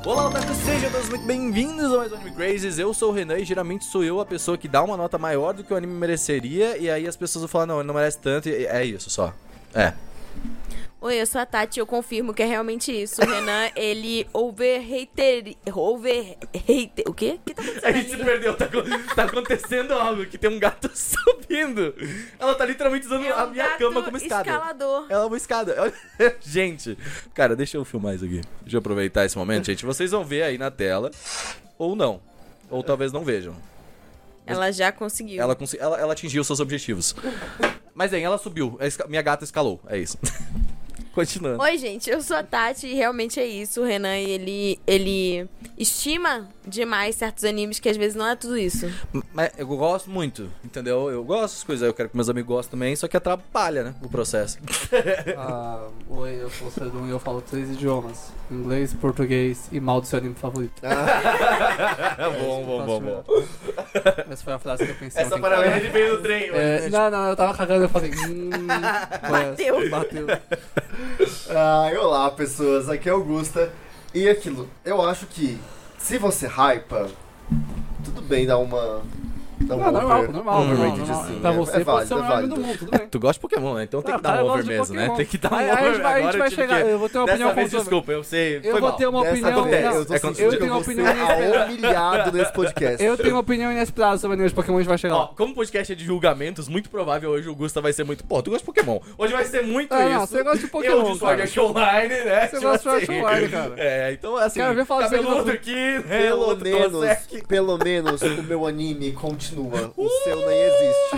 Olá, otaku, sejam todos muito bem-vindos a mais um Anime Crazes. Eu sou o Renan e geralmente sou eu a pessoa que dá uma nota maior do que o anime mereceria. E aí as pessoas vão falar, não, ele não merece tanto, e é isso só. Oi, eu sou a Tati e eu confirmo que é realmente isso. O Renan, ele overhater... O quê? O que tá acontecendo? A gente se perdeu, tá acontecendo algo, que tem um gato subindo. Ela tá literalmente usando a minha cama como escada. Escalador. Ela é uma escada. Gente, cara, deixa eu filmar isso aqui. Deixa eu aproveitar esse momento, gente. Vocês vão ver aí na tela, ou não. Ou talvez não vejam. Ela já conseguiu. Ela atingiu seus objetivos. Mas aí, ela subiu. Minha gata escalou, é isso. Continuando. Oi, gente, eu sou a Tati e realmente é isso. O Renan, ele estima demais certos animes que às vezes não é tudo isso. Mas eu gosto muito, entendeu? Eu gosto das coisas, eu quero que meus amigos gostem também, só que atrapalha, né, o processo. Oi, eu sou o Cedum e eu falo 3 idiomas: inglês, português e mal do seu anime favorito. Bom. Essa foi a frase que eu pensei. Essa paralela ele veio no trem. Não, eu tava cagando e eu falei. Bateu. Olá pessoas, aqui é Augusta. E aquilo, eu acho que se você hypa, tudo bem dar uma... normal. overratedzinho. Pra você pode ser o melhor válido. do mundo, tudo bem. Tu gosta de Pokémon, né? Então tem que dar um over mesmo, né? Tem que dar um Aí over. a gente vai Agora chegar, eu vou ter uma opinião dessa vez, contra- desculpa, eu sei. Eu foi vou mal. ter uma opinião. Acontece, não, eu tô sentindo eu que tenho uma eu vou opinião ser inesperada. humilhado nesse podcast. Eu tenho uma opinião inesperada sobre animes de Pokémon, a gente vai chegar Ó, lá. como o podcast é de julgamentos, muito provável hoje o Gusta vai ser muito... Pô, tu gosta de Pokémon. Hoje vai ser muito Ah, isso. não, você gosta de Eu Pokémon, de Sword cara. Art Online, né? Você gosta de Sword Art Online, cara. É, então assim... Quero ver falar disso aqui no cabeludo futuro. aqui, né? Outro Pelo menos o meu anime continua. O seu nem existe.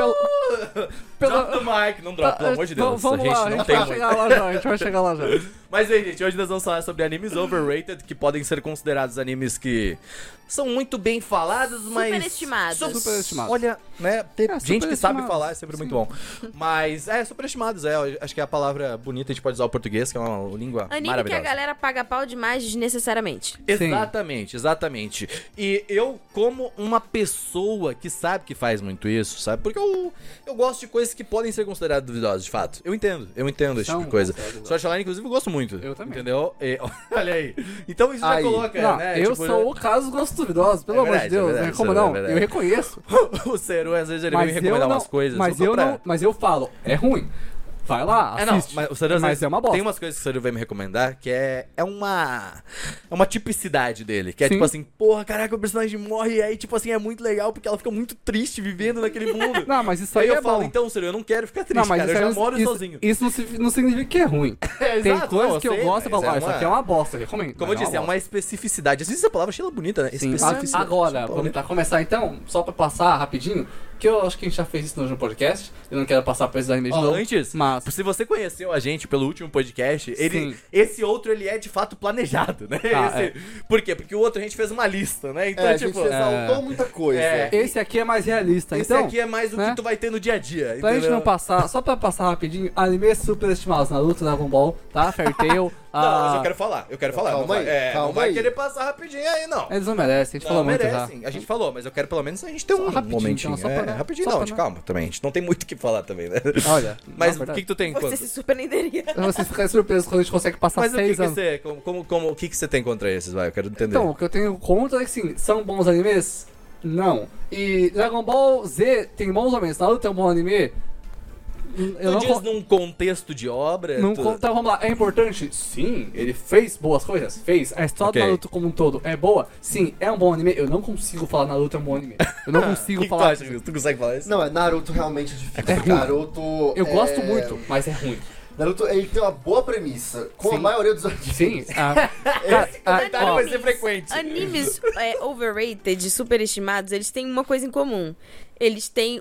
Drop the mic, não drop, pelo amor de Deus. Vamos lá, a não gente tem vai muito. chegar lá já, a gente vai chegar lá já. Mas bem, gente, hoje nós vamos falar sobre animes overrated, que podem ser considerados animes que são muito bem falados, mas... Superestimados. Superestimados. Olha, né, ter gente que sabe superestimados. falar é sempre muito bom. Mas, superestimados, eu acho que é a palavra bonita, a gente pode usar o português, que é uma língua Anime que a maravilhosa. galera paga pau demais desnecessariamente. Exatamente. E eu, como uma pessoa que sabe que faz muito isso, sabe? Porque eu gosto de coisas que podem ser consideradas duvidosas, de fato. Eu entendo esse tipo de coisa. Sword Art Online, inclusive, eu gosto muito. Eu também. Entendeu? Olha aí. Então isso já Aí. coloca, Não, né? eu tipo, sou o caso dos duvidosos, pelo É amor de verdade, Deus, é verdade, né? Como isso é não? verdade. Eu reconheço. O Seru, às vezes, ele vem me Mas eu recomendar não, umas coisas. mas só eu pra- não, mas eu falo, é ruim. Vai lá, assiste. Mas o Seru, às Mas vezes, é uma bosta. Tem umas coisas que o Seru vai me recomendar que é uma tipicidade dele. Que é Sim. tipo assim, porra, caraca, o personagem morre e aí, tipo assim, é muito legal porque ela fica muito triste vivendo naquele mundo. Não, mas isso Aí aí eu é falo, bom. então, Seru, eu não quero ficar triste, Não, mas cara, eu isso já aí- moro isso- sozinho. Isso não significa que é ruim. Tem Exato, coisas não, que eu sei, gosto e mas falo, isso aqui é uma bosta, recomendo. Como eu disse, é uma especificidade. Às vezes essa palavra achei ela bonita, né? Sim, Especificidade. agora, pra começar então, só pra passar rapidinho, que eu acho que a gente já fez isso no último podcast, eu não quero passar pra esses animes de Ó, novo. antes, mas... se você conheceu a gente pelo último podcast, Sim. esse outro ele é de fato planejado, né? Tá, Por quê? Porque o outro a gente fez uma lista, né? Então, A tipo, gente exaltou muita coisa. É. Esse aqui é mais realista, esse então... aqui é mais o né? que tu vai ter no dia a dia. Pra gente entendeu? não passar, só pra passar rapidinho, animes superestimados, Naruto, Dragon Ball, tá? Fairy Tail, Não, mas eu quero falar. Calma não vai, aí, não calma vai aí. querer passar rapidinho aí, não. Eles não merecem, a gente Não, falou muito já. merecem. A gente falou, mas eu quero pelo menos a gente ter Só um rapidinho, momentinho. então, só pra, né? Rapidinho Só não, pra, de né? calma também. A gente não tem muito o que falar também, né? Olha, Mas não, o que tu tem? Você se surpreenderia. Vocês ficam surpresos quando a gente consegue passar Mas o que 6 que anos. você... O que que você tem contra esses, vai? Eu quero entender. Então, o que eu tenho contra é que sim, são bons animes? Não. E Dragon Ball Z tem bons homens, Naruto é um bom anime? Eu Tu diz num contexto de obra? Então vamos lá, é importante? Sim, ele fez boas coisas, fez. A história Ok. do Naruto como um todo é boa? Sim, é um bom anime. Eu não consigo falar Naruto é um bom anime. Eu não consigo que falar. tu acha? Tu consegue falar isso? Não, Naruto realmente é difícil. ruim. Naruto. Eu gosto muito, mas é ruim. Naruto, ele tem uma boa premissa, com a Sim. maioria dos animes. Sim, comentário vai ser frequente. Animes overrated, superestimados, eles têm uma coisa em comum. Eles têm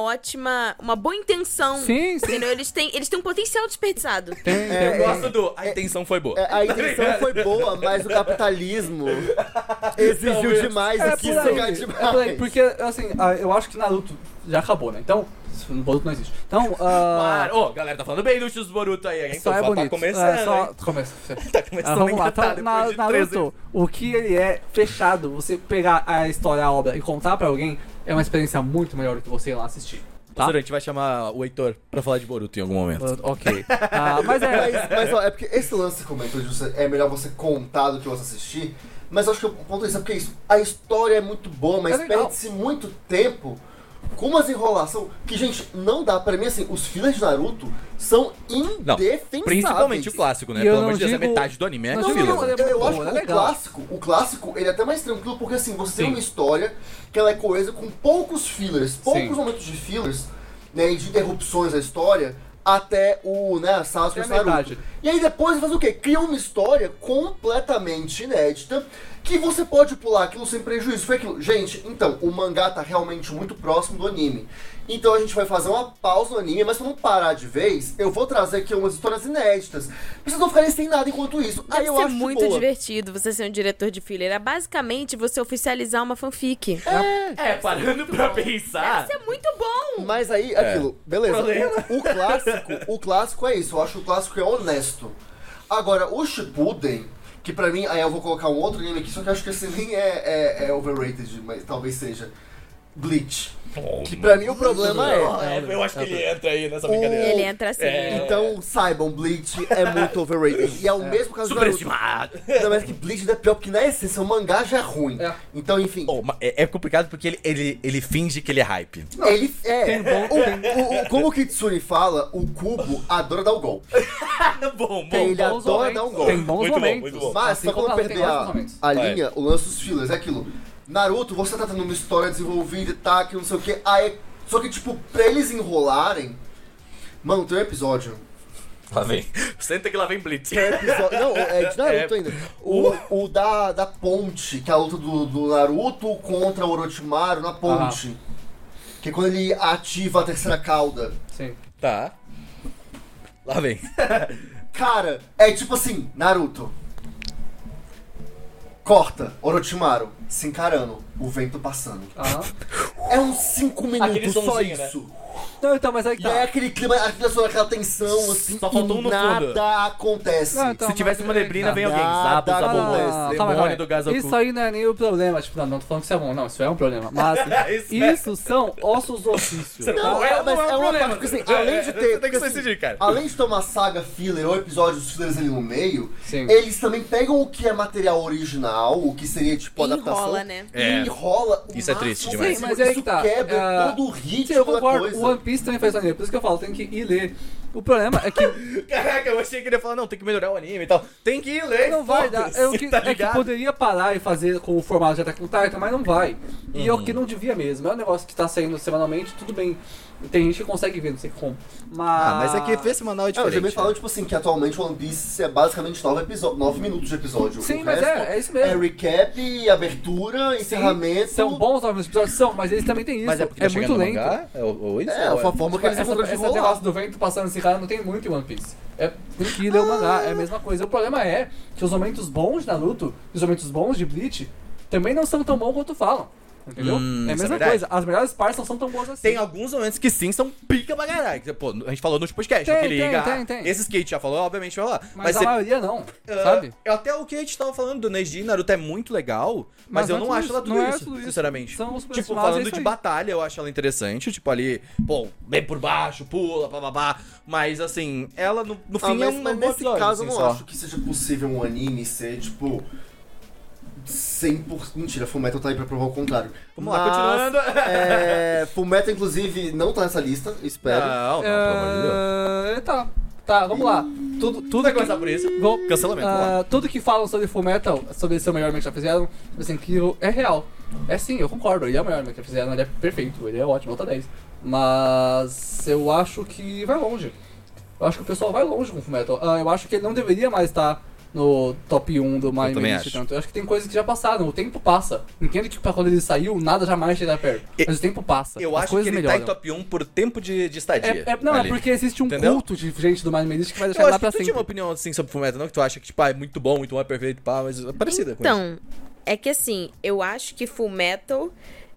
uma boa intenção. Sim, sim. Entendeu? Eles têm um potencial desperdiçado. Eu gosto do... A intenção foi boa. A intenção foi boa, mas o capitalismo exigiu Talvez. demais É e quis por aí, pegar é demais. por aí, porque assim, eu acho que Naruto já acabou, né? Então, Boruto não existe. Então, Ô, galera, tá falando bem do X Boruto aí, hein? só é bonito. Tá começando, só hein? começa. Tá começando Vamos a lá, engatar então, depois de 13 Naruto, o que ele é fechado, você pegar a história, a obra e contar pra alguém, é uma experiência muito melhor do que você ir lá assistir. tá? A gente vai chamar o Heitor pra falar de Boruto em algum momento. Ok. Mas ó, é porque esse lance que você comentou de é melhor você contar do que você assistir, mas eu acho que o ponto é isso, é porque isso, a história é muito boa, mas perde-se muito tempo com umas enrolação que, gente, não dá. Pra mim, assim, os fillers de Naruto são indefensáveis. Principalmente o clássico, né? Pelo amor de Deus, a metade do anime é filler. Eu acho que o clássico, ele é até mais tranquilo, porque assim, você tem uma história que ela é coesa com poucos fillers, poucos momentos de fillers, né, e de interrupções da história, até o, né, Sasuke e Naruto. E aí depois você faz o quê? Cria uma história completamente inédita, que você pode pular aquilo sem prejuízo. Foi aquilo. Gente, então, o mangá tá realmente muito próximo do anime. Então a gente vai fazer uma pausa no anime, mas pra não parar de vez, eu vou trazer aqui umas histórias inéditas. Vocês não ficarem sem nada enquanto isso. Aí eu acho muito divertido você ser um diretor de filler. É basicamente você oficializar uma fanfic. Parando pra pensar. Deve ser muito bom. Mas aí, aquilo, beleza. O clássico é isso. Eu acho que o clássico é honesto. Agora, o Shippuden, que pra mim, aí eu vou colocar um outro anime aqui, só que eu acho que esse nem é overrated, mas talvez seja. Bleach. Que pra mim o problema eu acho que ele entra aí nessa brincadeira. Ele entra assim. Então, saibam, Bleach é muito overrated. E é o mesmo caso do Naruto. Não, mas que Bleach ainda é pior, porque na essência o mangá já é ruim. Então, enfim. É complicado porque ele finge que ele é hype. Ele como o Kitsune fala, o Kubo adora dar o golpe. Bom. Ele adora dar um golpe. Tem bons momentos. Muito bom. Mas, só quando perder a linha, o lance dos fillers é aquilo. Naruto, você tá tendo uma história desenvolvida e tá, que não sei o que. Aí, só que, tipo, pra eles enrolarem. Mano, tem um episódio. Lá vem. Senta que lá vem Blitz. Não, é de Naruto ainda. O da ponte, que é a luta do Naruto contra o Orochimaru na ponte. Que é quando ele ativa a terceira cauda. Sim. Tá. Lá vem. Cara, é tipo assim, Naruto. Corta, Orochimaru se encarando, o vento passando. É uns 5 minutos só isso. Né? Não, então, mas aí que tá. E é aquele clima, aquela tensão, assim, só faltou um no fundo. Nada acontece. Não, então, se tivesse uma neblina, vem alguém. Sapo, demônio do gás oculto. Isso aí não é nem o problema. Tipo, não tô falando que isso é bom. Não, isso é um problema. Mas isso são ossos do ofício. Não, mas é uma parte, porque assim, além de ter... Tem que decidir, cara. Além de ter uma saga filler ou episódios fillers ali no meio, eles também pegam o que é material original, o que seria, tipo, adaptação. Enrola, né? Enrola. Isso é triste demais. Sim, mas aí que tá. Quebra todo o ritmo. Sim, eu concordo. O One Piece também faz isso. Por isso que eu falo, tem que ir ler. O problema é que... Caraca, eu achei que ele ia falar, não, tem que melhorar o anime e tal. Tem que ir ler. Não vai dar. É que poderia parar e fazer com o formato de Attack on Titan, mas não vai. E é o que não devia mesmo. É um negócio que tá saindo semanalmente, tudo bem. Tem gente que consegue ver, não sei como. Mas é que ver semanal é diferente. Eu já me falando, tipo assim, que atualmente o One Piece é basicamente 9 minutos de episódio. Sim, mas é isso mesmo. É recap, abertura, encerramento. São bons 9 episódios, mas eles também tem isso. Mas é muito lento. É a forma que eles encontram de esse negócio do vento passando esse cara não tem muito em One Piece. Tem que ler o mangá, é a mesma coisa. O problema é que os momentos bons de Naruto e os momentos bons de Bleach também não são tão bons quanto falam. Entendeu? É a mesma coisa. As melhores partes não são tão boas assim. Tem alguns momentos que sim são pica pra caralho. Pô, a gente falou no podcast, tem. Esses que a gente já falou, obviamente vai lá. Mas a maioria não, sabe? Até o que a gente tava falando do Neji Naruto é muito legal, mas eu não acho ela tudo isso, sinceramente. Tipo, falando de batalha, eu acho ela interessante. Tipo, ali, pô, bem por baixo, pula, bababá. Mas assim, ela no fim é um mas nesse caso eu não acho que seja possível um anime ser, tipo... 100%. Mentira, Fullmetal tá aí pra provar o contrário. Vamos lá, continuando. Fullmetal, inclusive, não tá nessa lista, espero. Não, pelo amor de Deus. Tá, vamos lá. Tudo vai começar por isso. Cancelamento. Tudo que falam sobre Fullmetal, sobre ser o melhor anime que já fizeram, assim, que é real. É sim, eu concordo, ele é o melhor anime que já fizeram, ele é perfeito, ele é ótimo, nota 10. Mas eu acho que vai longe. Eu acho que o pessoal vai longe com o Fullmetal. Eu acho que ele não deveria mais estar no top 1 do My Minute tanto. Eu acho que tem coisas que já passaram, o tempo passa. Entendo que quando ele saiu, nada jamais chega perto. Mas o tempo passa. Eu acho que ele tá em top 1 por tempo de estadia. É porque existe um culto de gente do My Minute que vai deixar ele lá pra sempre. Tu tinha uma opinião assim sobre Fullmetal, não? Que tu acha que tipo, é muito bom, muito perfeito, mas é parecida com isso. Então, é que assim, eu acho que Fullmetal,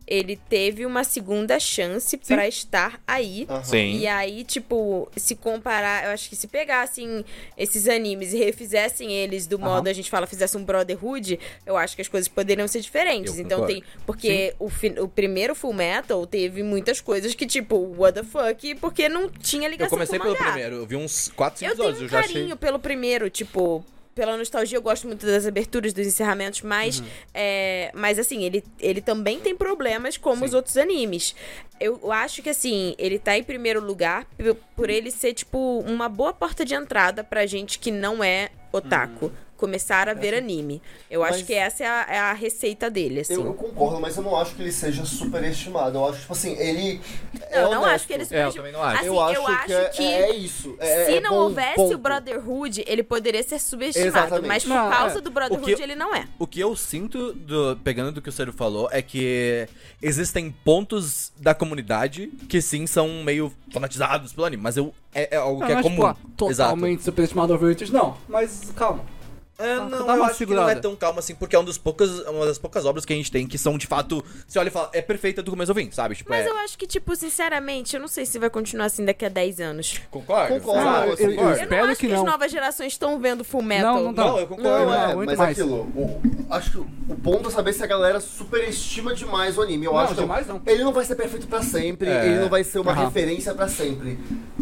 ele teve uma segunda chance pra estar aí. Sim. E aí, tipo, se comparar, eu acho que se pegassem esses animes e refizessem eles do modo, a gente fala, fizesse um Brotherhood, eu acho que as coisas poderiam ser diferentes. Eu Então concordo. tem... Porque o primeiro Full Metal teve muitas coisas que, tipo, what the fuck, porque não tinha ligação Eu comecei com pelo mangá. primeiro, eu vi uns 4, 5 Eu tenho episódios, um eu já achei... carinho pelo primeiro, tipo... Pela nostalgia, eu gosto muito das aberturas, dos encerramentos, mas... mas, assim, ele também tem problemas como os outros animes. Eu acho que, assim, ele tá em primeiro lugar por ele ser, tipo, uma boa porta de entrada pra gente que não é otaku. Começar a ver anime. Eu acho que essa é a receita dele, assim. Eu concordo, mas eu não acho que ele seja superestimado. Eu acho, tipo assim, ele. Eu não acho que ele eu também não acho. Assim, eu acho que é isso. Se não bom, houvesse ponto. o Brotherhood, ele poderia ser subestimado. Exatamente. Mas por Não, causa do Brotherhood, O que- ele não é. O que eu sinto, pegando do que o Ciro falou, é que existem pontos da comunidade que sim são meio fanatizados pelo anime, mas é algo que é Não, comum. tipo, totalmente superestimado Overrated, não. Mas calma. Não, dá eu uma acho que não segurada. é tão calmo assim, porque é uma das poucas obras que a gente tem que são, de fato, você olha e fala, é perfeita do começo ao fim, sabe? Tipo, Mas eu acho que, tipo, sinceramente, eu não sei se vai continuar assim daqui a 10 anos. Concordo. Concordo. Sabe? eu Concordo. Eu espero não acho que que não. as novas gerações estão vendo Full Metal. Não tá. Não, eu concordo. Não, muito mas mais. aquilo, acho que o ponto é saber se a galera superestima demais o anime. Eu Não, acho que demais não. ele não vai ser perfeito pra sempre, É. ele não vai ser uma Aham. referência pra sempre.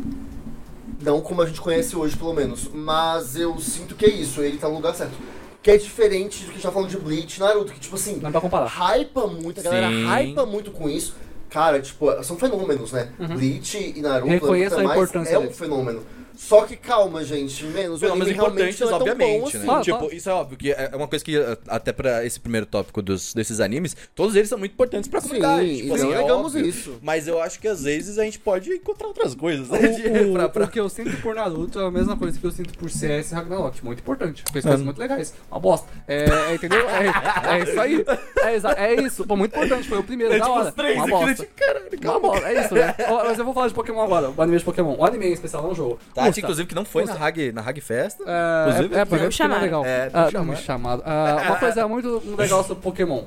Não como a gente conhece hoje, pelo menos. Mas eu sinto que é isso, ele tá no lugar certo. Que é diferente do que a gente tá falando de Bleach, Naruto, que tipo assim, Não dá pra comparar. hypa muito, a galera Sim. hypa muito com isso. Cara, tipo, são fenômenos, né? Bleach e Naruto, Reconheço Naruto a importância é um deles. fenômeno. Só que calma, gente, menos. Pelo o menos anime realmente importantes, não é tão obviamente, bom assim. né? Claro, Tipo, claro. isso é óbvio, que é uma coisa que, até pra esse primeiro tópico desses animes, todos eles são muito importantes pra comunidade. Sim, Tipo, e não assim, é negamos óbvio. isso. Mas eu acho que às vezes a gente pode encontrar outras coisas, né? O que eu sinto por Naruto é a mesma coisa que eu sinto por CS e Ragnarok. Muito importante. Fez coisas muito legais. Uma bosta. Entendeu? É isso aí. É isso. Pô, muito importante. Foi o primeiro. Da hora. Uma bosta. Uma bosta. É isso, né? Mas eu vou falar de Pokémon agora. O anime de Pokémon. O anime em especial, não o jogo. Tati, Custa. inclusive, que não foi na Hag Festa. Inclusive, Inclusive, pra não mim foi mais legal. não Não me chamaram. Uma coisa muito legal sobre Pokémon.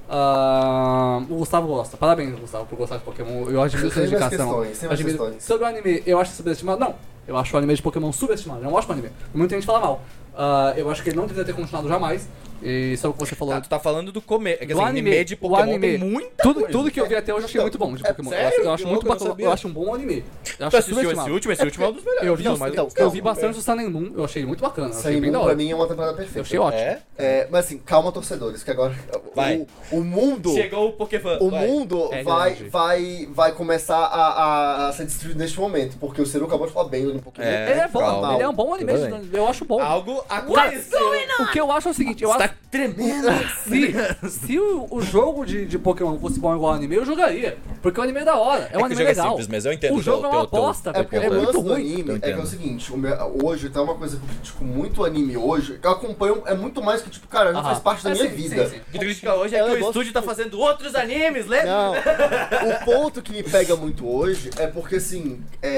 O Gustavo gosta. Parabéns, Gustavo, por gostar de Pokémon. Eu admiro sua Tem mais dedicação. questões, tem mais Admiro. questões. Sobre o anime, eu acho subestimado? Não. Eu acho o anime de Pokémon subestimado. É um ótimo anime. Muita gente fala mal. Eu acho que ele não deveria ter continuado jamais. E sobre o que você falou. Tu tá falando do começo. É que Do assim, anime de Pokémon o anime, tem muita coisa. tudo que eu vi até hoje eu achei muito bom de Pokémon. sério? Eu acho Que muito louco, eu não bacana. sabia. Eu acho um bom anime. Eu Tu acho assistiu esse último? Esse último é um dos melhores. Eu vi, Não, mas eu vi bastante o Sun and Moon, eu achei muito bacana. Eu achei Sem bem da pra hora. mim é uma temporada perfeita. Eu achei ótimo. Mas assim, calma, torcedores, que agora Vai. o mundo. Chegou o Pokéfan. O vai. mundo É vai começar a ser destruído neste momento, porque o Ciro acabou de falar bem no Pokémon. É. Ele é bom, calma. ele é um bom anime, Tudo bem. eu acho bom. Algo aconteceu. O que eu acho é o seguinte, eu Você acho tá tremendo. se o jogo de Pokémon fosse bom igual ao anime, eu jogaria. Porque o anime é da hora, é um que o anime jogo é legal. simples, mas eu entendo O jogo é uma teu- bosta, É porque é o muito lance do ruim. anime eu é que é entendo. o seguinte, hoje tá uma coisa que eu critico muito o anime hoje, que eu acompanho, é muito mais que tipo, cara, não faz parte da minha vida. O que tu critica hoje é É que o negócio estúdio tá tipo- fazendo outros animes, lembra? Não, o ponto que me pega muito hoje é porque assim,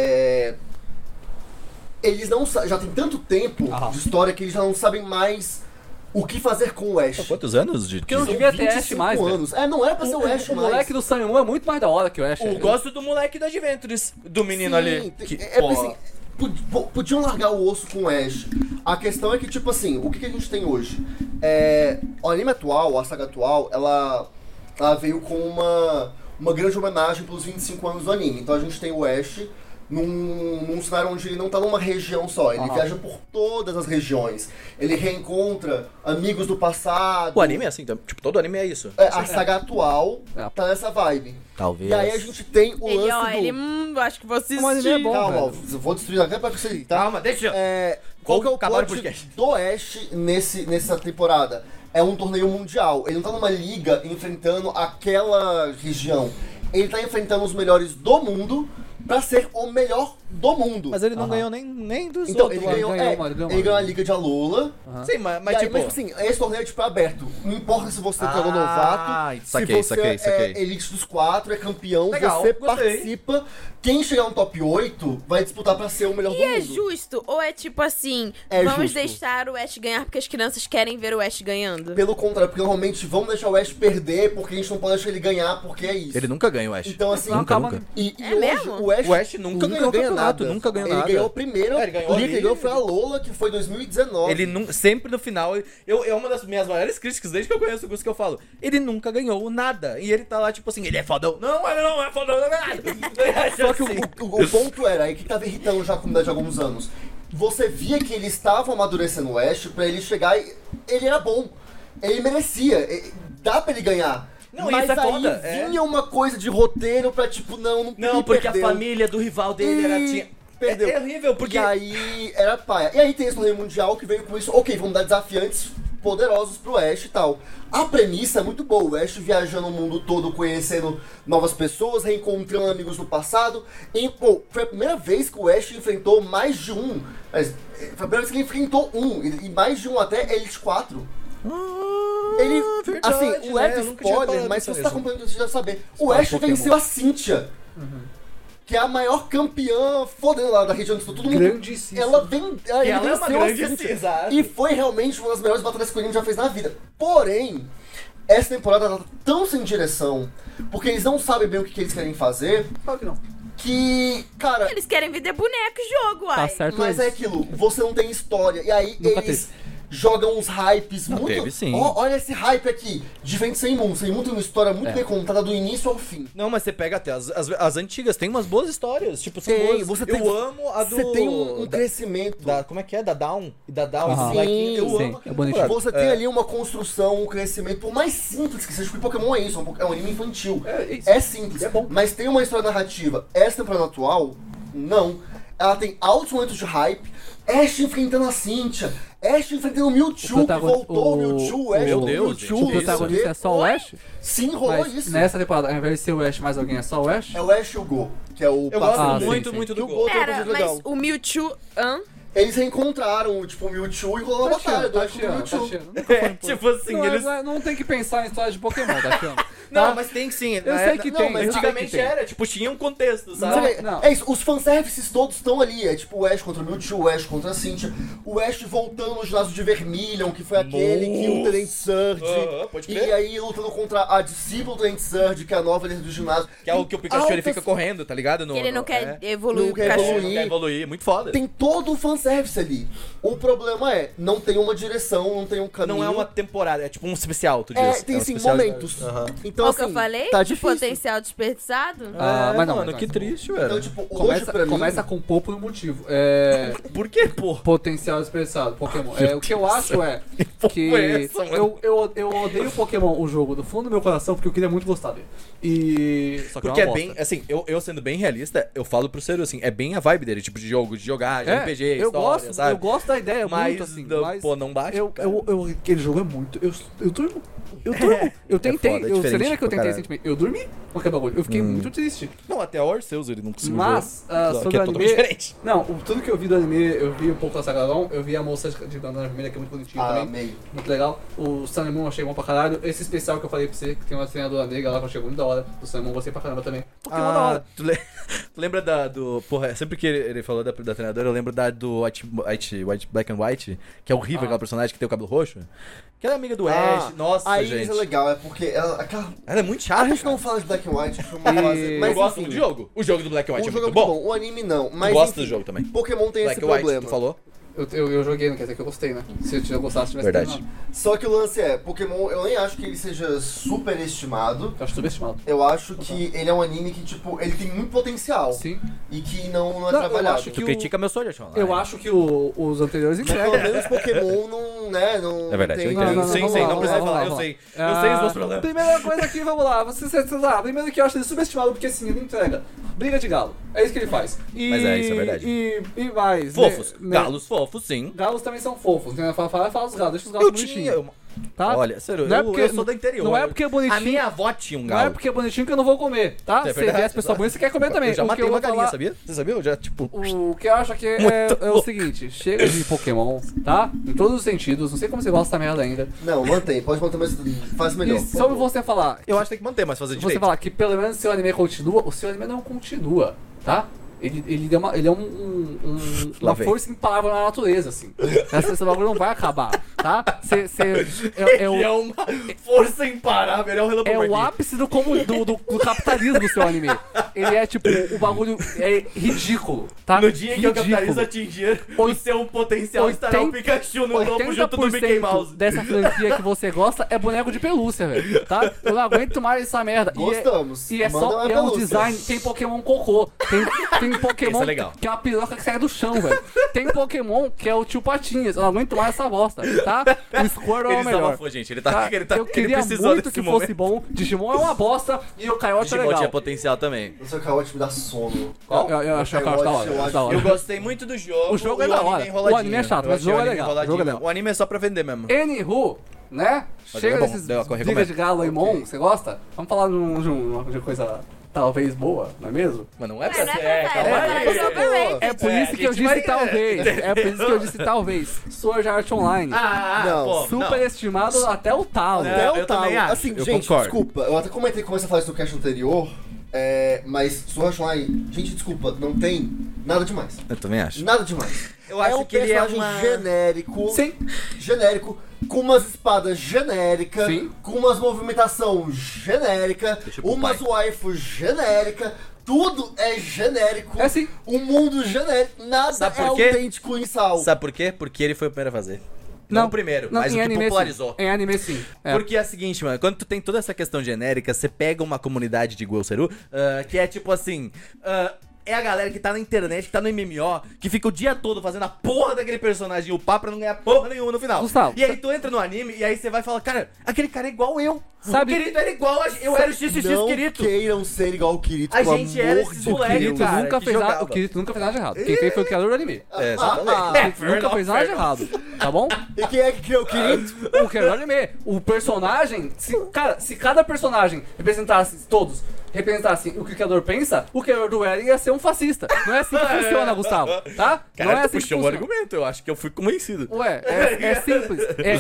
eles não já tem tanto tempo Aham. de história que eles já não sabem mais o que fazer com o Ash. Quantos anos de... Porque eu não São devia ter Ash 25 mais, velho. anos. Não era pra ser o Ash O mais. moleque do Sun and Moon é muito mais da hora que o Ash. Eu gosto do moleque do Adventures, do menino ali. Que, Porque assim, podiam largar o osso com o Ash. A questão é que, tipo assim, o que a gente tem hoje? O anime atual, a saga atual, ela veio com uma grande homenagem pelos 25 anos do anime. Então a gente tem o Ash num cenário onde ele não tá numa região só, ele viaja por todas as regiões. Ele reencontra amigos do passado. O anime é assim, tipo, todo anime é isso. A saga atual É. tá nessa vibe. Talvez. E aí a gente tem o Ele, lance do... acho que vou assistir. Um anime é bom. Calma, ó, velho. eu vou destruir até pra você, tá? Calma, deixa. Qual que é o acabar o plot podcast. do Ash nessa temporada? É um torneio mundial. Ele não tá numa liga enfrentando aquela região. Ele tá enfrentando os melhores do mundo pra ser o melhor do mundo. Mas ele não ganhou nem dos Então, outros. ele ganhou a Liga de Alola. Sim, mas Aí, tipo... mas assim, esse torneio é tipo aberto. Não importa se você é novato, saquei, se você é elite dos 4, é campeão, legal, você gostei. participa. Quem chegar no top 8 vai disputar pra ser o melhor do mundo. E é justo? Ou é tipo assim, vamos deixar o Ash ganhar porque as crianças querem ver o Ash ganhando? Pelo contrário, porque normalmente vamos deixar o Ash perder porque a gente não pode deixar ele ganhar porque é isso. Ele nunca ganha o Ash. Então assim, nunca. E É hoje mesmo? o Ash nunca ganhou campeonato, nunca ganhou nada. Ele ganhou o primeiro, ele ganhou Liga que ganhou foi a Lola, que foi em 2019. Ele sempre no final, é uma das minhas maiores críticas desde que eu conheço o Gus que eu falo. Ele nunca ganhou nada. E ele tá lá tipo assim, ele é fodão. Não, ele não é fodão, não é nada. Só que o ponto era, aí que tava irritando já a comunidade há alguns anos. Você via que eles estavam amadurecendo o Ash pra ele chegar e ele era bom. Ele merecia. Dá pra ele ganhar. Não, mas isso é aí foda. vinha uma coisa de roteiro pra tipo, não porque perdeu. a família do rival dele tinha... Perdeu. É horrível, porque... E aí era paia. E aí tem esse torneio mundial que veio com isso, ok, vamos dar desafiantes poderosos pro Ash e tal. A premissa é muito boa, o Ash viajando o mundo todo, conhecendo novas pessoas, reencontrando amigos do passado. E, pô, foi a primeira vez que o Ash enfrentou mais de um. Mas, foi a primeira vez que ele enfrentou e mais de um até Elite 4. Ele, verdade, assim, o leve spoiler, mas se você tá acompanhando, você já saber. O Ash venceu a Cynthia. Que é a maior campeã fodendo lá da região de todo mundo. Grandíssima. Ela vem. Ele ela é uma venceu a grande Cynthia. exato. E foi realmente uma das melhores batalhas que o anime já fez na vida. Porém, essa temporada ela tá tão sem direção, porque eles não sabem bem o que eles querem fazer. Claro que não. Que, cara. Eles querem vender boneco e jogo, Tá uai. certo. Mas é aquilo, você não tem história. E aí Nunca eles jogam uns hypes muito. Teve, sim. Olha esse hype aqui de Vento Sem Mundo. Sem Mundo tem uma história muito bem contada do início ao fim. Não, mas você pega até as antigas, tem umas boas histórias. Tipo, são Tem, boas. você Eu tem- amo a do... Você tem um crescimento. Como é que é? Da Down? E da Down. Aham. Esse Sim, eu sim, amo. é bonitinho. Você tem ali uma construção, um crescimento, por mais simples que seja, porque Pokémon é isso, é um anime infantil. isso. É simples, É bom. mas tem uma história narrativa. Essa temporada atual, não. Ela tem altos momentos de hype. Ash enfrentando a Cynthia. Ash enfrentando o Mewtwo, que voltou o Mewtwo. Ash Meu voltou o Deus, Mewtwo. gente, O protagonista é só o Ash? Sim, rolou Mas isso. nessa temporada, ao invés de ser o Ash, mais alguém é só o Ash? É o Ash e o Go, que é o Eu parceiro gosto dele. muito, sim. muito Que do o Go. Go tem uma Pera, coisa mas legal. o Mewtwo... Eles reencontraram, tipo, o Mewtwo e rolou uma batalha do Ash com o Mewtwo. Tipo assim, eles... Não tem que pensar em história de Pokémon, tá achando? Não, mas tem sim. Eu sei que tem, Mas eu sei que antigamente tem. era, tipo, tinha um contexto, Você sabe? vê, Não. é isso, os fanservices todos estão ali. É tipo o Ash contra o Mewtwo, o Ash contra a Cynthia, o Ash voltando no ginásio de Vermilion, que foi aquele que o Tenente Surge. Pode E crer. aí lutando contra a discípula do Tenente Surge, que é a nova líder do ginásio. Que é o que o Pikachu ele fica correndo, tá ligado? Que ele não quer evoluir Não o quer cachorro. evoluir. Não quer evoluir, é muito foda. Tem todo o fanservice ali. O problema é, não tem uma direção, não tem um caminho. Não é uma temporada, é tipo um especial, tu diz. É, tem um sim especial de- momentos. Aham. Então, Olha o assim, que eu falei? tá De difícil. potencial desperdiçado? Ah, mas não, mano, mas que não. triste, velho. Então, tipo, hoje pra mim... Começa com Pô por um motivo. É. Por que, pô? Potencial expressado, Pokémon. O que eu acho é que foi essa, mano? eu odeio Pokémon, o jogo, do fundo do meu coração, porque eu queria muito gostar dele. E. Só que Porque é é uma bem, bosta. assim, eu sendo bem realista, eu falo pro Seru assim, é bem a vibe dele, tipo de jogo, de jogar, de RPG, eu história, gosto, sabe? eu gosto da ideia Mas, muito assim, mas pô, não bate, cara. aquele jogo é muito. Eu durmo. Eu tentei. foda, é Você diferente lembra que eu pra tentei caralho. recentemente? Eu dormi com aquele bagulho. Eu fiquei muito triste. Não, até o Arceus ele não conseguiu Mas, jogar. sobre que é o totalmente anime. diferente. Não, tudo que eu vi do anime, eu vi um pouco da Sagadon, eu vi a moça de Bandana Vermelha, que é muito bonitinha Ah, também. meio. Muito legal. O Sun and Moon eu achei bom pra caralho. Esse especial que eu falei pra você, que tem uma treinadora negra lá que eu achei muito da hora. O Sun and Moon eu gostei pra caramba também. Pokémon da hora. Tu lembra do... Porra, sempre que ele falou da treinadora, eu lembro do White Black and White, que é horrível aquela personagem que tem o cabelo roxo. Que ela é amiga do Ash. Nossa, aí gente. isso é legal, é porque aquela... Ela é muito A chata, gente cara. não fala de Black and White, foi uma fase, mas Eu gosto enfim, do jogo. O jogo do Black and White o é jogo muito é muito bom. bom, o anime não. Eu Mas gosto enfim, do jogo também. Pokémon tem Black esse and White, problema. tu falou? Eu joguei, não quer dizer que eu gostei, né? Se eu gostasse, tivesse Verdade. terminado. Só que o lance é, Pokémon, eu nem acho que ele seja superestimado. Eu acho subestimado. Eu acho que ele é um anime que, tipo, ele tem muito potencial. Sim. E que não é Não, eu trabalhado. acho que Tu critica meu Sword Art Online. Eu acho que os anteriores Mas pelo entregam. menos Pokémon não, né, não... É verdade, eu tem... entendo. Não, Sim, vamos sim, lá, não precisa vamos lá, falar. Eu vamos sei. lá. Eu sei os meus problemas. Primeira coisa aqui, vamos lá. Primeiro que eu acho ele subestimado, porque assim, ele entrega briga de galo. É isso que ele faz. Mas é, isso é verdade. E mais. Fofos. né? Galos fofos, sim. Galos também são fofos. Né? Fala os galos, deixa os galos Eu bonitinhos. tinha... tá? Olha, sério, Não é eu porque- sou do interior. não é porque é bonitinho- A minha avó tinha um Não galo. é porque é bonitinho que eu não vou comer, tá? É Se verdade, vier as pessoas bonitas, você quer comer também. Eu já O que matei eu uma vou galinha, falar- sabia? Você sabia? Eu já, tipo... O que eu acho aqui é o seguinte, chega de Pokémon, tá? Em todos os sentidos, não sei como você gosta dessa merda ainda. Não, mantém, pode manter, mas faz melhor. E por sobre favor. você falar, Eu acho que tem que manter, mas fazer se direito. você falar que pelo menos seu anime continua, o seu anime não continua, tá? Ele é Lá uma vem. força imparável na natureza, assim. Esse bagulho não vai acabar, tá? Ele é uma força imparável, ele é um relâmpago. É o ápice do capitalismo do seu anime. Ele é tipo, o bagulho é ridículo, tá? No dia que o Ridículo. capitalismo atingir o seu potencial, estará o Pikachu no topo junto do Mickey 80% Mouse. dessa franquia que você gosta é boneco de pelúcia, velho, tá? Eu não aguento mais essa merda. Gostamos. E é Manda só uma é um pelúcia. design, tem Pokémon cocô, tem Pokémon Esse é legal. que é uma piroca que sai do chão, velho. Tem Pokémon que é o tio Patinhas, eu não aguento mais essa bosta, tá? O Squirtle é Ele o melhor. desabafou, gente. Ele tá, ele Eu queria precisou muito desse que momento. fosse bom. Digimon é uma bosta e o Coyote é Digimon legal. tinha potencial também. O seu Coyote me dá sono. Eu acho que é da hora, Eu acho- da hora. Eu gostei muito do jogo. O jogo é e da anime hora. enroladinho. O anime é chato, Eu mas o achei jogo é anime legal, o enroladinho. jogo é legal. O anime é só pra vender mesmo. Anywho, né? Mas Chega é bom, desses eu recomendo. brigas de galo e Mon, você gosta? Vamos falar de coisa talvez boa, não é mesmo? Mas não é Não pra é ser. pra calma falar, aí. é overrated. É por isso que eu a gente disse vai- talvez. É por isso que eu disse talvez. Sword Art Online. Não, pô, Superestimado até o talo. É, Até eu o talo. também acho, Assim, eu gente, concordo. desculpa. Eu até comentei com essa fase do cast anterior. Mas Sword Art Online, gente, desculpa, não tem nada demais. Eu também acho. Nada demais. Eu acho um que ele é personagem uma... genérico. Sim. Genérico, com umas espadas genéricas, Sim. com umas movimentação genérica, Deixa pro umas pai. waifu genérica, tudo é genérico. É sim. Um mundo genérico, nada Sabe é por quê? autêntico em Sal. Sabe por quê? Porque ele foi o primeiro a fazer. Não o primeiro, mas o em que anime, popularizou. Sim. Em anime sim. É. Porque é o seguinte, mano, quando tu tem toda essa questão genérica, você pega uma comunidade de Guelseru, que é tipo assim, é a galera que tá na internet, que tá no MMO, que fica o dia todo fazendo a porra daquele personagem upar pra não ganhar porra nenhuma no final. Gustavo, E aí tu entra no anime e aí você vai falar, cara, aquele cara é igual eu. Sabe- O Kirito era igual a eu era o XXX Não Kirito. queiram ser igual o Kirito, A pelo gente amor era de esses Deus. moleque, Kirito cara, nunca que fez nada, jogava. o Kirito nunca fez nada de errado. Quem fez foi o criador do anime. É, exatamente. Nunca fez nada de errado, tá bom? E quem é que criou o Kirito? O criador do anime. O personagem, se cada personagem representasse todos, representassem o que o criador pensa, o criador do Eren ia ser um fascista. Não é assim que funciona, Gustavo, tá? Cara, não é tu assim que puxou o funciona. argumento, eu acho que eu fui convencido. Ué, é simples.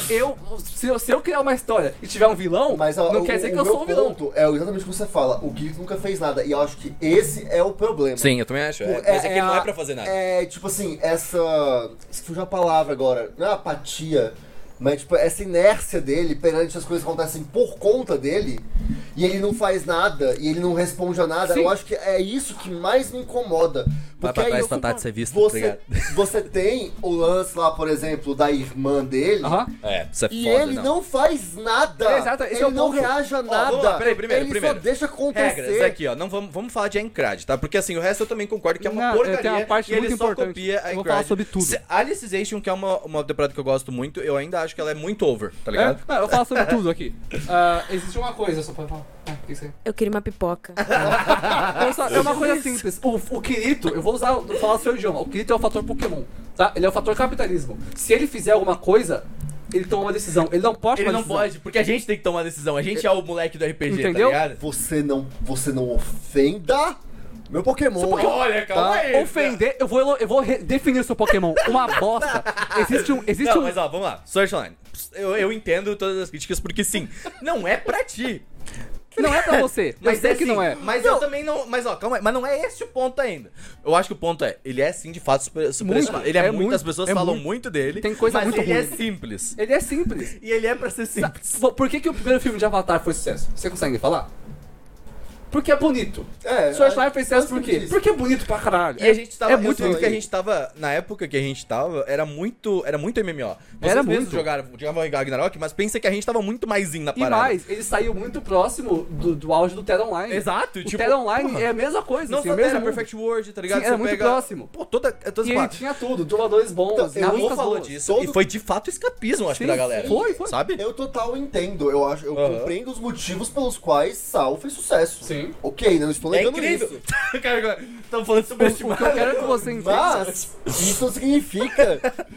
Se eu criar uma história e tiver um vilão, Mas ó, não quer dizer que eu meu sou um vilão. ponto é exatamente o que você fala. O Kirito nunca fez nada. E eu acho que esse é o problema. Sim, eu também acho. Mas é que ele não é pra fazer nada. É, tipo assim, essa... Fugiu a palavra agora. Não é apatia, mas tipo, essa inércia dele perante as coisas que acontecem por conta dele, e ele não faz nada, e ele não responde a nada. Sim. Eu acho que é isso que mais me incomoda. Vai Porque pra trás aí pra Tati ser visto, você, você tem o lance lá, por exemplo, da irmã dele, Aham. É, isso é e foda, ele não faz nada. É, exato, esse ele é o não ponto. reage a nada. vamos lá, peraí, ele primeiro. só deixa acontecer. Regras aqui, ó. Não vamos falar de Aincrad, tá? Porque assim, o resto eu também concordo que é uma Não, porcaria. tem uma parte e ele muito só importante. copia a Eu vou Aincrad. falar sobre tudo. Alicization, que é uma temporada que eu gosto muito, eu ainda acho que ela é muito over, tá ligado? Não, eu falo sobre tudo aqui. Existe uma coisa, só pra falar. O que isso aí? Eu queria uma pipoca. É uma coisa simples. O Kirito, eu vou falar o seu idioma. O Kirito é o fator Pokémon, tá? Ele é o fator capitalismo. Se ele fizer alguma coisa, ele toma uma decisão. Ele não pode Ele tomar não decisão. pode, porque a gente tem que tomar uma decisão. A gente é o moleque do RPG, Entendeu? tá ligado? Você não ofenda meu Pokémon. Olha, calma Tá? aí. Ofender, eu vou definir o seu Pokémon. Uma bosta. Existe Não, um. mas ó, vamos lá. Sword Online. Eu entendo todas as críticas, porque sim, não é pra ti. Não é pra você. Eu sei que assim, não é. Mas eu também não. Mas ó, calma aí. Mas não é esse o ponto ainda. Eu acho que o ponto é, ele é sim de fato superestimado. Ele é, muito, as pessoas falam muito dele. Tem coisa mas muito ele ruim. é simples. Ele é simples. E ele é pra ser simples. Por que o primeiro filme de Avatar foi sucesso? Você consegue falar? Porque é bonito. É, Sword Art fez sucesso por basicamente quê? isso. Porque é bonito pra caralho. E a gente tava. É Eu muito sinto que a bonito. gente tava. Na época que a gente tava, era muito MMO. Vocês Era mesmos muito. jogavam Ragnarok, mas pensa que a gente tava muito mais na E parada. mais, ele saiu muito próximo do auge do Terra Online. Exato, O tipo, Terra Online porra. é a mesma coisa. Não assim, só o mesmo era mundo. Perfect World, tá ligado? Sim, era Você muito pega- próximo. Pô, todas E ele partes. tinha tudo, dubladores bons, Então, eu O Lu músicas falou boas. disso. Todo- E foi de fato escapismo, acho que Sim, da galera. foi. Sabe? Eu total entendo. Eu Aham. compreendo os motivos pelos quais Sal fez sucesso. Sim. Ok, não estou É negando incrível. isso. Cara, estamos falando sobre O que eu quero é que você entenda. Mas isso não significa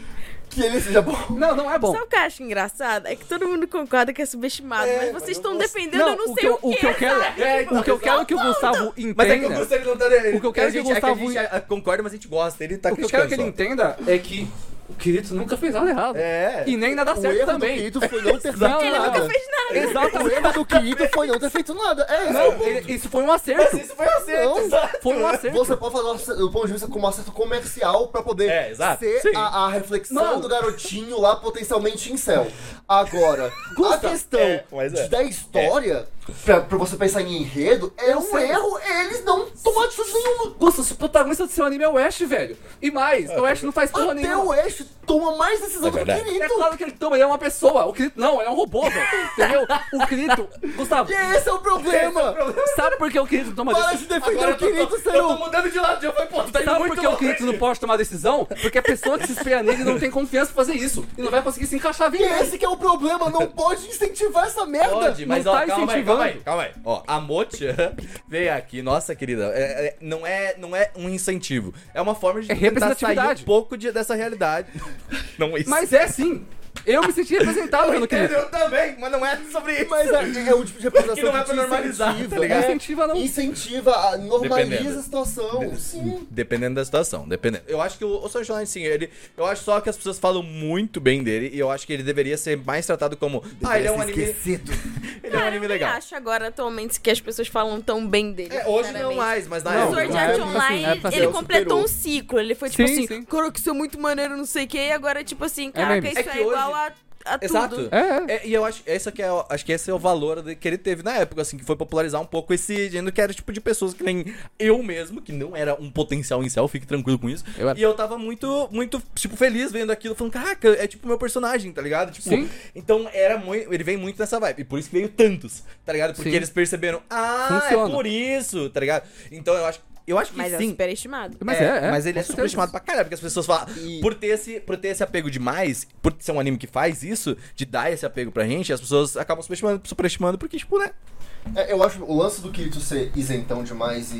que ele seja bom. Não é bom. Sabe o que eu acho engraçado? É que todo mundo concorda que é subestimado, mas vocês estão defendendo eu não sei o que eu quero. O que eu quero que o Gustavo entenda. Mas é que o Gustavo não tá. O que eu quero que o Gustavo. A gente concorda, mas a gente gosta. Ele tá o que eu quero que ele entenda é que o Kirito nunca fez nada errado. E nem nada certo também. O erro do Kirito foi não ter feito nada. Ele nunca fez nada. Exatamente. O erro do Kirito foi não ter feito nada. Isso foi um acerto. Mas isso foi um acerto. Foi um acerto. Você pode falar do ponto de vista como um acerto comercial pra poder ser a reflexão do garotinho lá potencialmente incel. Agora, a questão da história, pra você pensar em enredo, é um erro eles não tomam atitude nenhuma. Nossa, o protagonista do seu anime é o Ash, velho. E mais, o Ash não faz porra Até nenhuma. o Ash toma mais decisão do que o Kirito. É claro que ele toma, ele é uma pessoa. O Kirito não, ele é um robô, velho. Entendeu? O Kirito... Gustavo... E esse é o problema. Sabe por que o Kirito toma Para decisão? de defender o Kirito, Eu tô mudando de lado, já foi ponto. Tá indo Sabe muito por que o longe. Kirito não pode tomar decisão? Porque a pessoa que se espelha nele não tem confiança pra fazer isso. E não vai conseguir se encaixar bem E nele. esse que é o problema, não pode incentivar essa merda. Pode, mas Não ó, tá calma incentivando. aí. Ó, a Mocha veio aqui, nossa querida, não é um incentivo. É uma forma de tentar sair representatividade. um pouco dessa realidade. Não é isso. Mas é sim. Eu me senti representado pelo Kirito. Eu também, mas não é sobre isso. Mas é um tipo de representação Que não é que pra te normalizar, incentiva, tá ligado? Incentiva não. Incentiva, normaliza Dependendo. a situação. Sim. Dependendo da situação, dependendo. Eu acho que o Sword Art Online, sim, eu acho só que as pessoas falam muito bem dele e eu acho que ele deveria ser mais tratado como ele é um anime. Ele é um anime legal. Eu acho agora, atualmente, que as pessoas falam tão bem dele. Hoje não mais, mas na O época. Sword na Art época, Online, assim, ele superou. completou um ciclo. Ele foi tipo Sim, assim, sim. cara, que isso é muito maneiro, não sei o que, e agora, tipo assim, É caraca, mesmo. isso É que é igual hoje- a tudo. Exato. E eu acho, acho que esse é o valor que ele teve na época, assim, que foi popularizar um pouco esse gênero que era tipo de pessoas que nem eu mesmo, que não era um potencial incel, fique tranquilo com isso. E eu tava muito, tipo, feliz vendo aquilo, falando, caraca, é tipo meu personagem, tá ligado? Tipo, Sim. então ele vem muito nessa vibe. E por isso que veio tantos, tá ligado? Porque Sim. eles perceberam, Funciona. é por isso, tá ligado? Então eu acho que Mas é sim. superestimado. Mas ele é com certeza. superestimado pra caralho, porque as pessoas falam. Por ter esse apego demais, por ser um anime que faz isso, de dar esse apego pra gente, as pessoas acabam superestimando porque, tipo, né? Eu acho o lance do Kirito ser isentão demais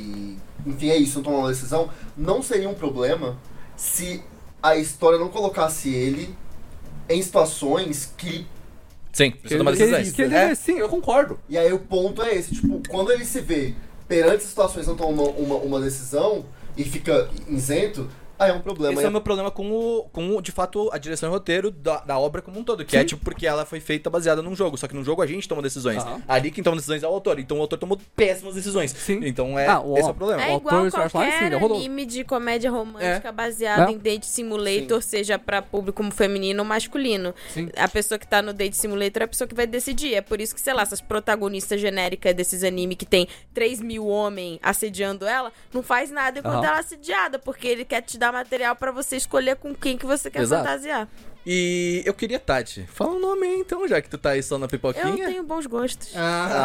enfim, é isso, não tomar uma decisão, não seria um problema se a história não colocasse ele em situações que... Sim, precisa tomar decisões. Sim, eu concordo. E aí o ponto é esse, tipo, quando ele se vê perante situações não toma uma decisão e fica isento, aí é um problema. Esse é o meu problema com de fato, a direção e roteiro da obra como um todo. Que é tipo porque ela foi feita baseada num jogo. Só que num jogo a gente toma decisões. Ali quem toma decisões é o autor. Então o autor tomou péssimas decisões. Sim. Então esse é o problema. É O igual autor do Sword Art Online, qualquer sim, rodou. anime de comédia romântica baseado em Date Simulator, seja pra público feminino ou masculino. Sim. A pessoa que tá no Date Simulator é a pessoa que vai decidir. É por isso que, sei lá, essas protagonistas genéricas desses animes que tem 3.000 homens assediando ela, não faz nada enquanto ela é assediada, porque ele quer te dar material pra você escolher com quem que você quer Exato. fantasiar. E eu queria, Tati, fala um nome aí então, já que tu tá aí só na pipoquinha. Eu tenho bons gostos.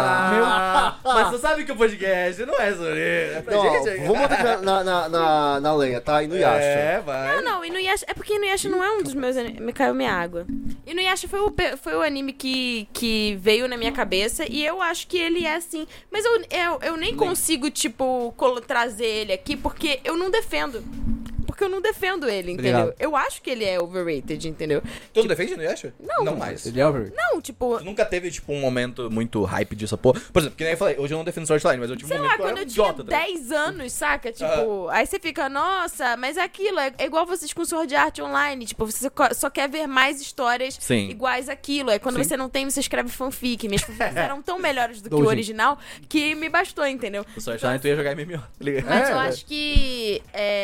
Mas tu sabe que o podcast não é sobre é pra Não, gente. vamos botar na lenha, tá? Inuyasha. É, vai. Não, Inuyasha... É porque Inuyasha não é um dos meus animes... Me caiu minha água. Inuyasha foi o anime que veio na minha cabeça e eu acho que ele é assim. Mas eu nem consigo, tipo, trazer ele aqui porque eu não defendo. Porque eu não defendo ele, entendeu? Obrigado. Eu acho que ele é overrated, entendeu? Tu não defende, não acha? Não. Não mais. Ele é over. Não, tipo... Tu nunca teve, tipo, um momento muito hype disso, porra. Por exemplo, que nem eu falei, hoje eu não defendo Sword Art Online, mas eu tive Sei um lá, momento que quando era eu tinha idiota, tá ligado? 10 anos, saca? Tipo, aí você fica, nossa, mas é aquilo, é igual vocês com Sword Art Online. Tipo, você só quer ver mais histórias Sim. iguais àquilo. Aí quando você não tem, você escreve fanfic. Minhas fanfics eram tão melhores do que o Doujin. original que me bastou, entendeu? O Sword Art Online tu ia jogar MMO, tá ligado? Mas eu acho que.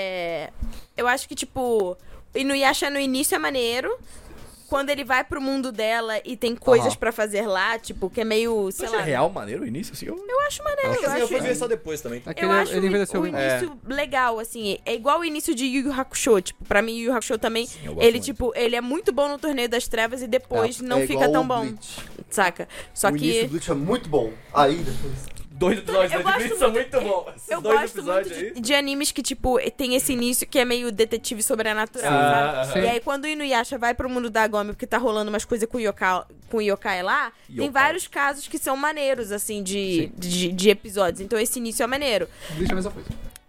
Eu acho que, tipo, Inuyasha no início é maneiro. Quando ele vai pro mundo dela e tem coisas pra fazer lá, tipo, que é meio, sei Você lá. é real maneiro o início, assim? Eu acho maneiro, Assim, eu fui ver acho. só depois também. Aquele, Eu acho ele envelheceu o bem. início legal, assim. É igual o início de Yu Yu Hakusho. Tipo, pra mim, Yu Yu Hakusho também, eu gosto ele, muito. tipo, ele é muito bom no Torneio das Trevas e depois não É fica igual tão o bom. Bleach. Saca? Só O início do que. Bleach é muito bom. Aí depois... 2 episódios Eu da gosto Netflix são muito bons. Esses Eu 2 gosto episódios muito aí. de animes que, tipo, tem esse início que é meio detetive sobrenatural, sabe? sim. E aí, quando o Inuyasha vai pro mundo da Agome, porque tá rolando umas coisas com o yokai lá, tem Yokai. vários casos que são maneiros, assim, de episódios. Então, esse início é maneiro. Bleach é a mesma coisa.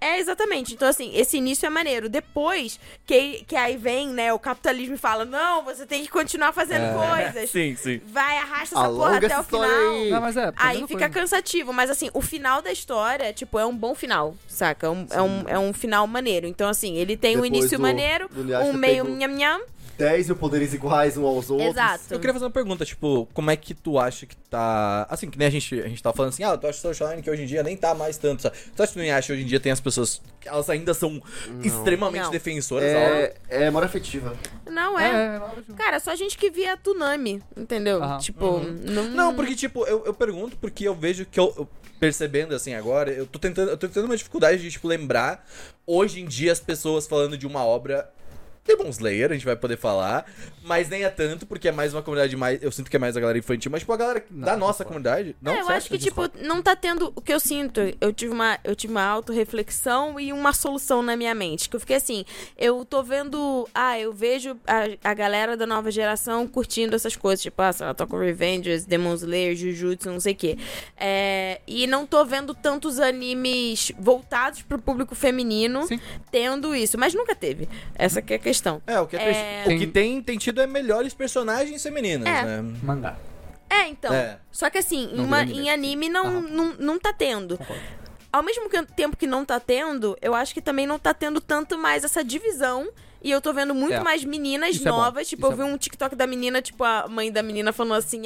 Exatamente. Então, assim, esse início é maneiro. Depois, que aí vem, né, o capitalismo e fala, não, você tem que continuar fazendo coisas. Sim. Vai, arrasta essa porra até o final. Não, mas aí fica cansativo. Mas, assim, o final da história, tipo, é um bom final, saca? É um final maneiro. Então, assim, ele tem um início maneiro, um meio nham-nham. 10 mil poderes iguais um aos outros. Exato. Eu queria fazer uma pergunta, tipo, como é que tu acha que tá... Assim, que nem a gente tava falando assim, tu acha Sword Art Online que hoje em dia nem tá mais tanto, sabe? Tu acha que tu nem acha que hoje em dia tem as pessoas que elas ainda são extremamente defensoras? É memória afetiva. Não, Cara, só gente que via Toonami, entendeu? Tipo, não, porque, tipo, eu pergunto porque eu vejo que eu percebendo, assim, agora, eu tô tendo uma dificuldade de, tipo, lembrar hoje em dia as pessoas falando de uma obra... Demon Slayer, a gente vai poder falar, mas nem é tanto, porque é mais uma comunidade mais... Eu sinto que é mais a galera infantil, mas, tipo, a galera da nossa comunidade... Não, eu acho que, tipo, não tá tendo... O que eu sinto, eu tive uma autorreflexão e uma solução na minha mente, que eu fiquei assim, eu tô vendo... eu vejo a galera da nova geração curtindo essas coisas, tipo, sei lá, Tokyo Revengers, Demon Slayer, Jujutsu, não sei o quê. E não tô vendo tantos animes voltados pro público feminino tendo isso, mas nunca teve. Essa que é a questão. O que tem tido é melhores personagens femininas, né? Mangá. Então. Só que assim, em anime não tá tendo. Concordo. Ao mesmo tempo que não tá tendo, eu acho que também não tá tendo tanto mais essa divisão. E eu tô vendo muito mais meninas novas. Tipo, eu vi um TikTok da menina, tipo, a mãe da menina falando assim,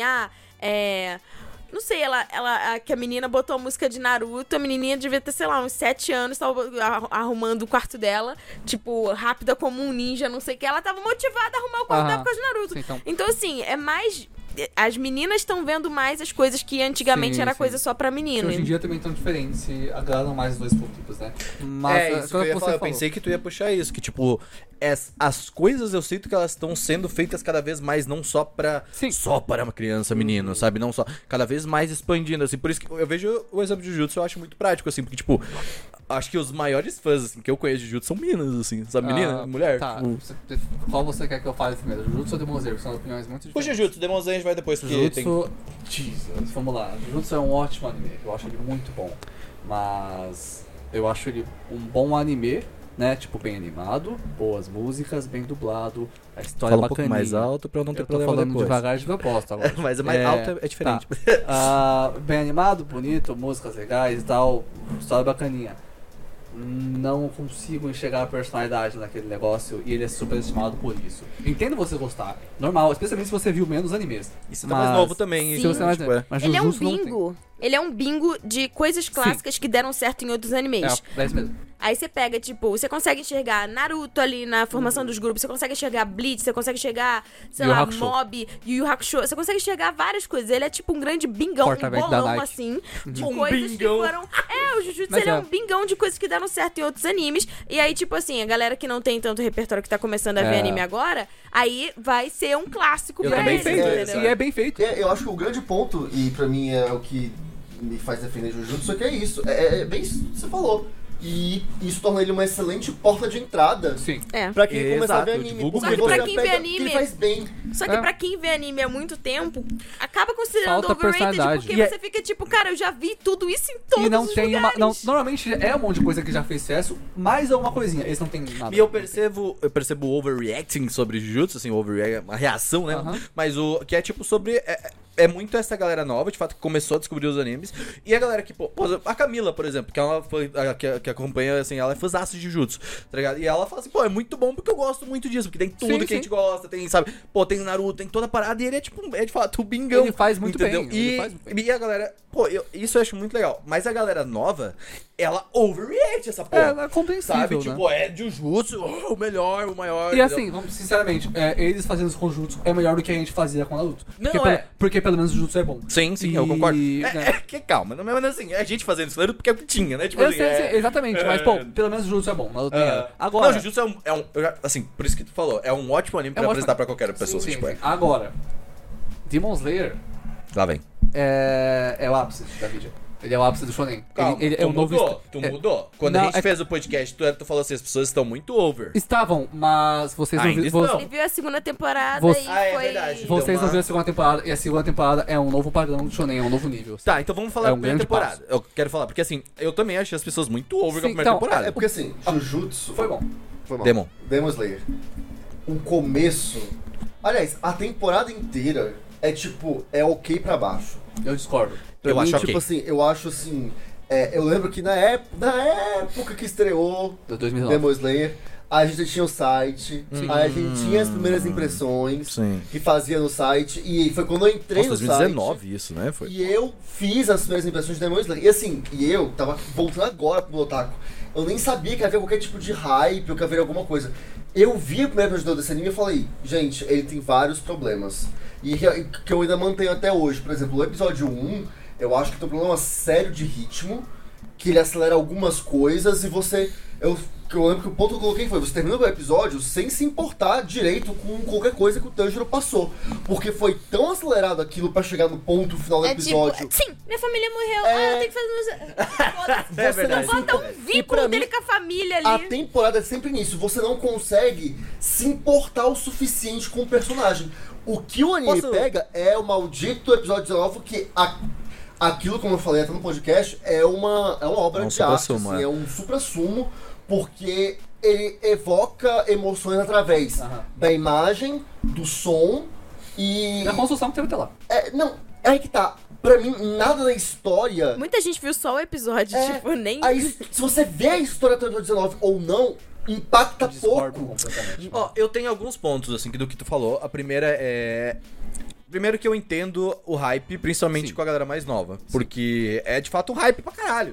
não sei, que a menina botou a música de Naruto, a menininha devia ter, sei lá, uns 7 anos, tava arrumando o quarto dela, tipo, rápida como um ninja, não sei o que. Ela tava motivada a arrumar o quarto dela por causa de Naruto. Sim, então, assim, é mais... As meninas estão vendo mais as coisas que antigamente era coisa só pra menino. Hoje em dia também estão diferentes e agradam mais os dois públicos, né? Mas isso que eu ia falar, eu pensei que tu ia puxar isso, que tipo, as coisas eu sinto que elas estão sendo feitas cada vez mais, não só pra uma criança, menino, sabe? Não só, cada vez mais expandindo, assim, por isso que eu vejo o exemplo de Jujutsu, eu acho muito prático, assim, porque tipo, acho que os maiores fãs, assim, que eu conheço de Jujutsu são meninas, assim, sabe? Menina, mulher. Tá, qual você quer que eu fale primeiro? Jujutsu ou Demon Slayer? São opiniões muito diferentes. O Jujutsu, Demon Slayer a gente vai depois, porque Jujutsu, Jesus, vamos lá. Jujutsu é um ótimo anime, eu acho ele muito bom, mas eu acho ele um bom anime, né, tipo, bem animado, boas músicas, bem dublado, a história fala bacaninha. Um pouco mais alto pra eu não ter problema depois. Eu tô falando depois. devagar de propósito agora. Mas mais alto é diferente. Tá. Bem animado, bonito, músicas legais e tal, história bacaninha. Não consigo enxergar a personalidade naquele negócio e ele é super estimado por isso. Entendo você gostar, normal, especialmente se você viu menos animes. Isso tá mais novo também. Sim. Se você mais mas ele é um bingo. Ele é um bingo de coisas clássicas que deram certo em outros animes. É isso mesmo. Aí você pega, tipo, você consegue enxergar Naruto ali na formação dos grupos, você consegue enxergar Bleach, você consegue enxergar, sei lá, Mob, Yu Yu Hakusho, você consegue enxergar várias coisas. Ele é tipo um grande bingão, um bolão, assim, de coisas que foram... o Jujutsu, ele é um bingão de coisas que deram certo em outros animes. E aí, tipo assim, a galera que não tem tanto repertório, que tá começando a ver anime agora, aí vai ser um clássico pra eles, entendeu? E é bem feito. Eu acho que o grande ponto, e pra mim é o que me faz defender Jujutsu, que é isso. É bem isso que você falou. E isso torna ele uma excelente porta de entrada pra quem começar a ver anime. Só que pra quem vê anime... ele faz bem. Só que pra quem vê anime há muito tempo, acaba considerando Falta overrated, porque você fica tipo, cara, eu já vi tudo isso em todos e não os tem lugares. normalmente é um monte de coisa que já fez sucesso, mais alguma coisinha. Eles não tem nada. E eu percebo o overreacting sobre Jujutsu, assim, a reação, né? Mas o que é tipo sobre... É muito essa galera nova, de fato, que começou a descobrir os animes. E a galera que, a Camila, por exemplo, que ela foi, que acompanha, assim, ela é fãzaça de Jujutsu, tá ligado? E ela fala assim, é muito bom porque eu gosto muito disso, porque tem tudo que a gente gosta, tem, sabe? Tem Naruto, tem toda a parada, e ele é tipo, de fato, o bingão. Ele faz muito entendeu? bem. E a galera, isso eu acho muito legal. Mas a galera nova, ela overreact essa porra. Ela é compreensível, sabe? né? Tipo, é Jujutsu, o melhor, o maior. E assim, vamos, sinceramente, eles fazendo isso com Jujutsu é melhor do que a gente fazia com Naruto. Não, porque pelo menos o Jujutsu é bom. Sim, eu concordo. Né? Calma, mas assim, a gente fazendo isso porque é o que tinha, né? Tipo, eu sei, exatamente, mas pelo menos o Jujutsu é bom. Agora... Não, o Jujutsu assim, por isso que tu falou, é um ótimo anime pra apresentar pra qualquer pessoa. Sim. Agora, Demon Slayer... Lá vem. É o ápice da mídia. Ele é o ápice do shonen. Calma, ele é tu um novo mudou, tu mudou. Quando Não, a gente fez o podcast, tu falou assim, as pessoas estão muito over. Estavam, mas vocês Ainda não viram. Ele viu a segunda temporada Você- e é foi... verdade. Vocês Então, não viram a segunda temporada, e a segunda temporada é um novo padrão do shonen, é um novo nível. Tá, então vamos falar É da um primeira grande temporada. Eu quero falar, porque assim, eu também achei as pessoas muito over com a Sim, primeira então, temporada. É porque assim, Jujutsu... Foi bom. Foi mal. Demon Slayer. O começo... Aliás, a temporada inteira é tipo, é ok pra baixo. Eu discordo. Pra Eu mim, acho tipo ok. assim, eu acho assim... eu lembro que na época que estreou Do 2009. Demon Slayer, a gente tinha o site, aí a gente tinha as primeiras impressões Sim. que fazia no site, e foi quando eu entrei Nossa, no 2019 site... isso, né? Foi. E eu fiz as primeiras impressões de Demon Slayer. E assim, eu tava voltando agora pro Otaku. Eu nem sabia que havia qualquer tipo de hype ou que haveria alguma coisa. Eu vi o primeiro episódio desse anime e falei, gente, ele tem vários problemas. E que eu ainda mantenho até hoje. Por exemplo, o episódio 1, eu acho que tem um problema sério de ritmo, que ele acelera algumas coisas e você... Eu lembro que o ponto que eu coloquei foi, você termina o episódio sem se importar direito com qualquer coisa que o Tanjiro passou. Porque foi tão acelerado aquilo pra chegar no ponto final do episódio. tipo, sim, minha família morreu, É. eu tenho que fazer... É verdade. Vou botar um E pra vínculo dele mim, com a família A ali. temporada é sempre nisso, você não consegue se importar o suficiente com o personagem. O que o anime pega é o maldito episódio 19, que aquilo, como eu falei até no podcast, é uma obra de arte, supra-sumo, assim, é. é um supra-sumo, porque ele evoca emoções através da imagem, do som e... Da construção que teve até lá. Não, aí que tá. Pra mim, nada da história... Muita gente viu só o episódio, tipo, nem... Se você vê a história do episódio 19 ou não, impacta Discordo pouco. completamente. Ó, eu tenho alguns pontos, assim, do que tu falou. A primeira é... Primeiro que eu entendo o hype, principalmente com a galera mais nova. Porque é, de fato, um hype pra caralho.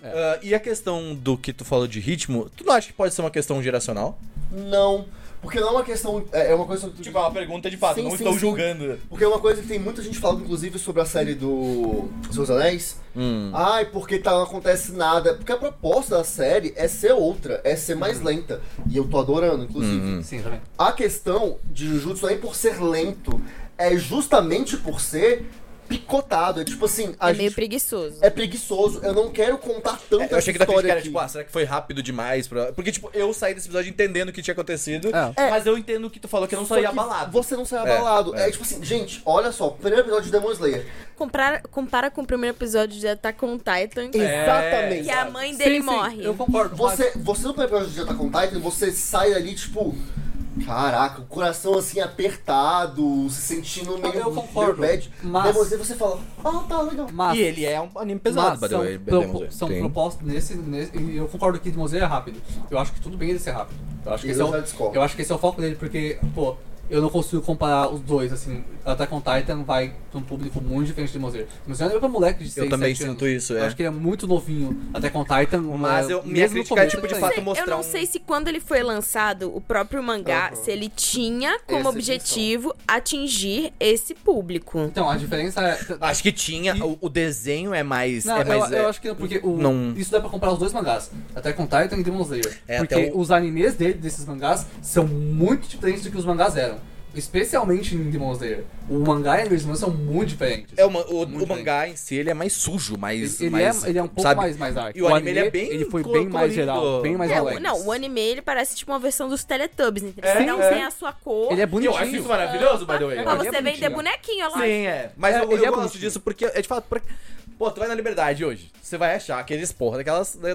E a questão do que tu falou de ritmo, tu não acha que pode ser uma questão geracional? Não, porque não é uma questão... É uma coisa... Tipo, é uma pergunta de fato, Sim, não sim, estou sim. julgando. Porque é uma coisa que tem muita gente falando, inclusive, sobre a série do Seus Anéis. Ai, porque não acontece nada. Porque a proposta da série é ser outra, é ser mais lenta. E eu tô adorando, inclusive. Sim, também. A questão de Jujutsu não é por ser lento, é justamente por ser picotado. É tipo assim, É meio preguiçoso. é preguiçoso. Eu não quero contar tanto Eu achei que da crítica era aqui. tipo, será que foi rápido demais? Porque, tipo, eu saí desse episódio entendendo o que tinha acontecido, É. mas eu entendo o que tu falou, que eu não Só saí que abalado. Você não sai abalado. É tipo assim, gente, olha só, primeiro episódio de Demon Slayer. Compara com o primeiro episódio de Attack on Titan, Exatamente. que a mãe dele Sim, sim, morre. eu concordo. Você no primeiro episódio de Attack on Titan, você sai ali, tipo... Caraca, o coração assim apertado, se sentindo meio, Eu concordo, meio bad. mas- Demon Slayer você fala, tá, legal. Mas, E ele é um anime pesado, by the way, Demon Slayer. são Tem. propostas nesse... E eu concordo que Demon Slayer é rápido. Eu acho que tudo bem ele ser rápido. Eu acho que, esse é, Eu já discordo. eu acho que esse é o foco dele, porque, pô, eu não consigo comparar os dois, assim. Attack on Titan vai pra um público muito diferente de Demon Slayer. Demon Slayer é pra moleque de 6, também 7 sinto anos. isso, Eu acho que ele é muito novinho. Attack on Titan... Mas minha mesmo no crítica é, começo, tipo, de ele fato, tem. mostrar Eu não um- sei se quando ele foi lançado, o próprio mangá, se ele tinha como Essa objetivo atingir esse público. Então, a diferença é... Acho que tinha, o desenho é mais... Não, é mais eu acho que não, porque não- isso dá pra comparar os dois mangás, Attack on Titan e Demon Slayer. É, porque até os animes desses mangás são muito diferentes do que os mangás eram. Especialmente em Demon Slayer. O mangá e a animação são muito diferentes. o mangá em si, ele é mais sujo, mais... Ele mais, é um pouco sabe? mais arte. E o anime, ele é bem Ele foi bem mais colorido. geral, bem mais moleque. Não, o anime ele parece tipo uma versão dos Teletubbies, entendeu? É, Cada um é. tem a sua cor. Ele é E bonitinho. eu acho isso maravilhoso, by the way. Pra ele é você vender bonitinho. bonequinho, olha lá. Sim, é. Mas eu ele é gosto bonitinho. disso porque, é de fato, pô, tu vai na Liberdade hoje, você vai achar aqueles porra daquelas, né,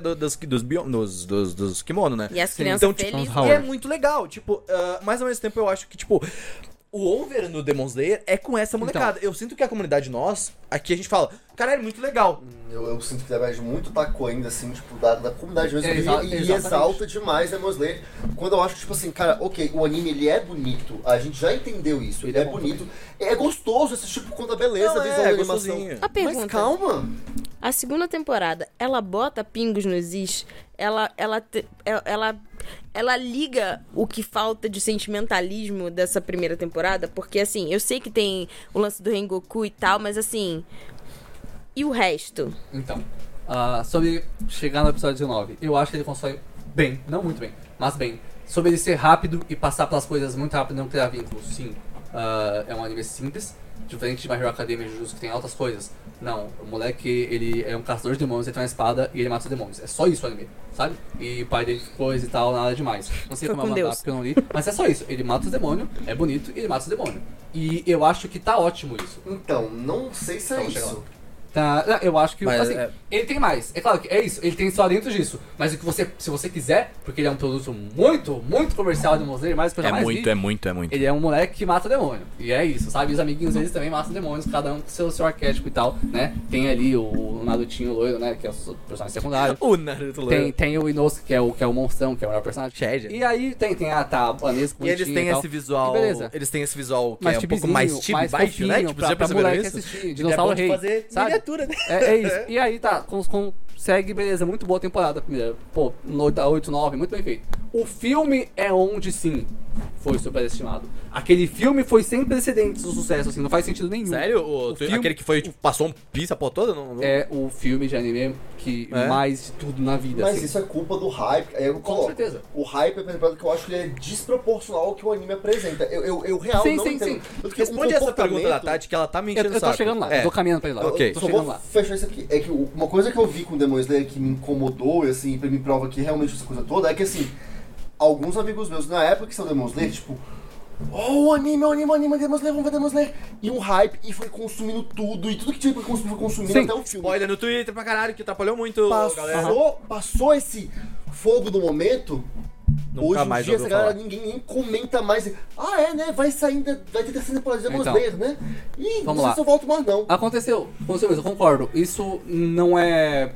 dos kimono, né? E as Sim. crianças Então, tipo, felizes. e é muito legal, tipo, mas ao mesmo tempo eu acho que, tipo, o over no Demon Slayer é com essa molecada. Eu sinto que a comunidade aqui a gente fala, caralho, muito legal. Eu sinto que deve muito taco ainda, assim, tipo, da comunidade mesmo. E Exatamente. exalta demais Demon Slayer. Quando eu acho que, tipo assim, cara, ok, o anime ele é bonito, a gente já entendeu isso, ele é bonito. É gostoso esse tipo, quando a beleza Não, visual da animação. gostosinho. A pergunta. Mas calma. A segunda temporada, ela bota pingos nos is, ela liga o que falta de sentimentalismo dessa primeira temporada, porque assim, eu sei que tem o lance do Rengoku e tal, mas assim, e o resto? Então, sobre chegar no episódio 19, eu acho que ele constrói bem, não muito bem, mas bem. Sobre ele ser rápido e passar pelas coisas muito rápido e não criar vínculos, sim. é um anime simples, diferente de My Hero Academia e Jujutsu que tem altas coisas. Não, o moleque, ele é um caçador de demônios, ele tem uma espada e ele mata os demônios. É só isso o anime, sabe? E o pai dele coisa e tal, nada demais. Não sei como é o mangá, porque eu não li, mas é só isso. Ele mata os demônios, é bonito e ele mata os demônios. E eu acho que tá ótimo isso. Então, não sei se é isso. Tá, eu acho que, Mas, assim, ele tem mais. É claro que é isso, ele tem só dentro disso. Mas o que você, se você quiser, porque ele é um produto muito, muito comercial de Demon Slayer, mais coisa mais muito, é muito. Ele é um moleque que mata demônio. E é isso, sabe? E os amiguinhos deles também matam demônios, cada um com seu arquétipo e tal, né? Tem ali o Narutinho loiro, né? Que é o personagem secundário. O Naruto loiro. Tem o Inosuke, que é o monstrão, que é o melhor personagem. Shed. E aí tem a Vanessa, e eles têm esse visual. Beleza. Eles têm esse visual que mais é um pouco mais baixo, né? Tipo, pra moleque assistir, Dinossauro Rei. Fazer sabe? miniatura, né? É isso. E aí tá, consegue, beleza, muito boa a temporada primeira. Pô, 8, 9, muito bem feito. O filme é onde sim foi superestimado. Aquele filme foi sem precedentes do sucesso, assim, não faz sentido nenhum. Sério? O filme... Aquele que foi, tipo, passou um pizza por toda? Não... É o filme de anime que mais de tudo na vida. Mas assim. isso é culpa do hype. Aí eu coloco. Com certeza. O hype é que eu acho que ele é desproporcional ao que o anime apresenta. Eu real sim, não sim, entendo. sim. Responde essa pergunta da Tati, que ela tá me enchendo o saco. Eu tô chegando lá, tô caminhando pra ir lá. Ok. Tô só chegando vou lá. fechar isso aqui. É que uma coisa que eu vi com Demon Slayer que me incomodou, e assim, pra mim prova que realmente essa coisa toda, é que assim, alguns amigos meus, na época que são Demon Slayer, tipo, oh, anime, Demon Slayer, vamos ver Demon Slayer. E um hype, e foi consumindo tudo, e tudo que tinha pra consumir foi consumindo Sim. até o filme. Spoiler no Twitter pra caralho, que atrapalhou muito a galera. Passou esse fogo do momento. Nunca Hoje em mais dia, ouviu essa galera, falar. ninguém nem comenta mais. Ah, é, né? Vai sair, vai ter terceira temporada de Demon Então, Slayer, né? E vamos não lá. sei se eu volto mais, não. Aconteceu mesmo, eu concordo. Isso não é.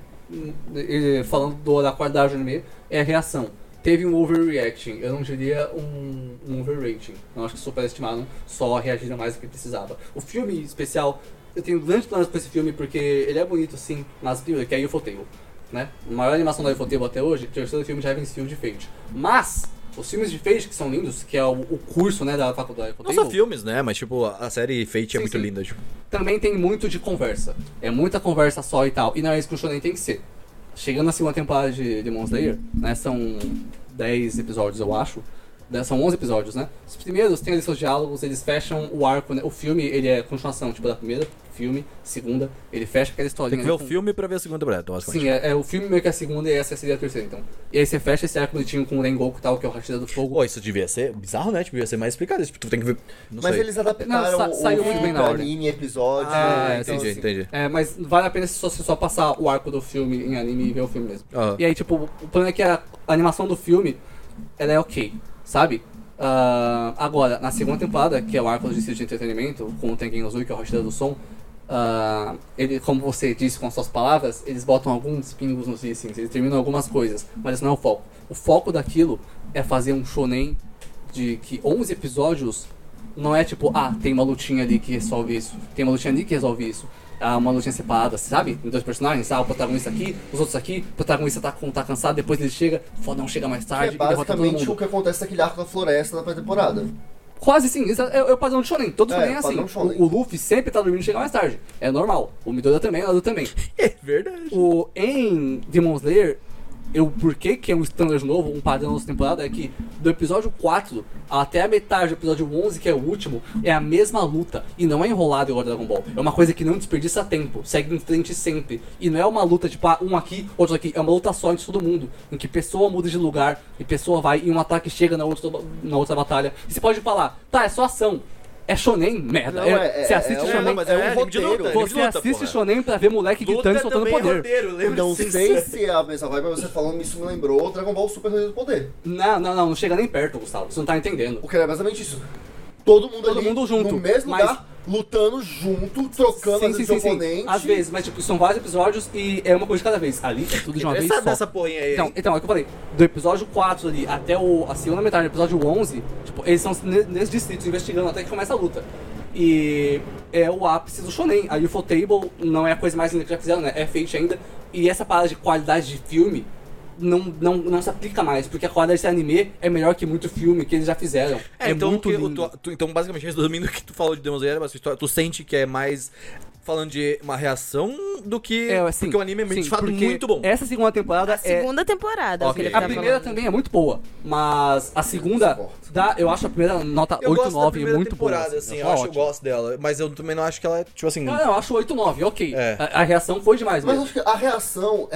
Falando da qualidade do anime, é a reação. Teve um overreacting, eu não diria um overrating. Eu acho que superestimaram, só reagiram mais do que precisava. O filme especial, eu tenho grandes planos pra esse filme porque ele é bonito sim, mas primeiro, que é Ufotable, né? A maior animação da Ufotable até hoje, o terceiro filme de Heaven Field de Fate. Mas, os filmes de Fate, que são lindos, que é o curso, né, da faculdade Não só filmes, né? Mas, tipo, a série Fate é muito linda, tipo. Também tem muito de conversa. É muita conversa só e tal. E não é isso que o shonen tem que ser. Chegando na segunda temporada de Demon Slayer, né, são 10 episódios, eu acho. São 11 episódios, né? Os primeiros têm ali seus diálogos, eles fecham o arco, né? O filme, ele é continuação, tipo, da primeira filme, segunda, ele fecha aquela historinha. Tem que ver o filme pra ver a segunda temporada, Sim, é o filme meio que a segunda e essa seria a terceira, então. E aí você fecha esse arco bonitinho com o Rengoku e tal, que é o Hashira do Fogo. Pô, isso devia ser bizarro, né? Tipo, devia ser mais explicado. Tipo, tu tem que ver. Não Mas sei. eles adaptaram saiu o muito bem na filme, ordem. anime, episódio. Então, entendi. É, mas vale a pena se só passar o arco do filme em anime e ver o filme mesmo. Aham. E aí, tipo, o problema é que a animação do filme, ela é ok, sabe? Agora, na segunda temporada, que é o arco de de entretenimento, com o Tengen Uzui, que é o roteiro do som, ele, como você disse com suas palavras, eles botam alguns pingos nos is, eles terminam algumas coisas, mas isso não é o foco. O foco daquilo é fazer um shonen de que 11 episódios não é tipo, tem uma lutinha ali que resolve isso, tem uma lutinha ali que resolve isso. Uma lutinha separada, sabe? Em dois personagens, o protagonista aqui, os outros aqui, o protagonista tá cansado, depois ele chega, fodão chega mais tarde É e derrota todo basicamente mundo. o que acontece naquele arco da floresta na pré-temporada. Quase sim, é o padrão de shonen, todo shonen é assim. padrão shonen. O Luffy sempre tá dormindo e chega mais tarde, é normal. O Midoriya também, o Naruto também. É verdade. Em Demon Slayer, por que é um standard novo, um padrão nessa temporada, é que do episódio 4 até a metade do episódio 11, que é o último, é a mesma luta. E não é enrolado igual Dragon Ball. É uma coisa que não desperdiça tempo, segue em frente sempre. E não é uma luta tipo, um aqui, outro aqui. É uma luta só entre todo mundo, em que pessoa muda de lugar, e pessoa vai, e um ataque chega na outra batalha. E você pode falar, é só ação. É shonen, merda. Não, você assiste shonen, mas um roteiro. você assiste shonen pra ver moleque gritando e soltando poder. Roteiro, Não sei se é a mesma vibe, mas você falando isso me lembrou Dragon Ball Super Rei do Poder. Não chega nem perto, Gustavo. Você não tá entendendo. O que é basicamente isso. Todo mundo junto, no mesmo mas- lugar, lutando junto, trocando as de oponente. Às vezes, mas tipo, são vários episódios e é uma coisa de cada vez. Ali é tudo de uma vez só. Dessa porrinha aí. Então, é o que eu falei. Do episódio 4 ali até a segunda metade do episódio 11, tipo, eles estão nesses distritos investigando até que começa a luta. E é o ápice do shonen. A Ufotable não é a coisa mais linda que já fizeram, né? É Fate ainda. E essa parada de qualidade de filme não se aplica mais, porque a qualidade de anime é melhor que muito filme que eles já fizeram. então, muito lindo. então, basicamente, resumindo o que tu falou de Demon Slayer, tu sente que é mais falando de uma reação do que... assim, porque o anime é de fato muito bom. Essa segunda temporada Segunda temporada. Ok. Que ele A tá primeira falando. também é muito boa, mas a segunda dá, eu acho a primeira nota Eu 8, gosto da 9 primeira muito boa. temporada, assim, eu acho eu gosto dela. Mas eu também não acho que ela é, tipo assim... Não, eu acho 8, 9, ok. É. A reação foi demais Mas mesmo. acho que a reação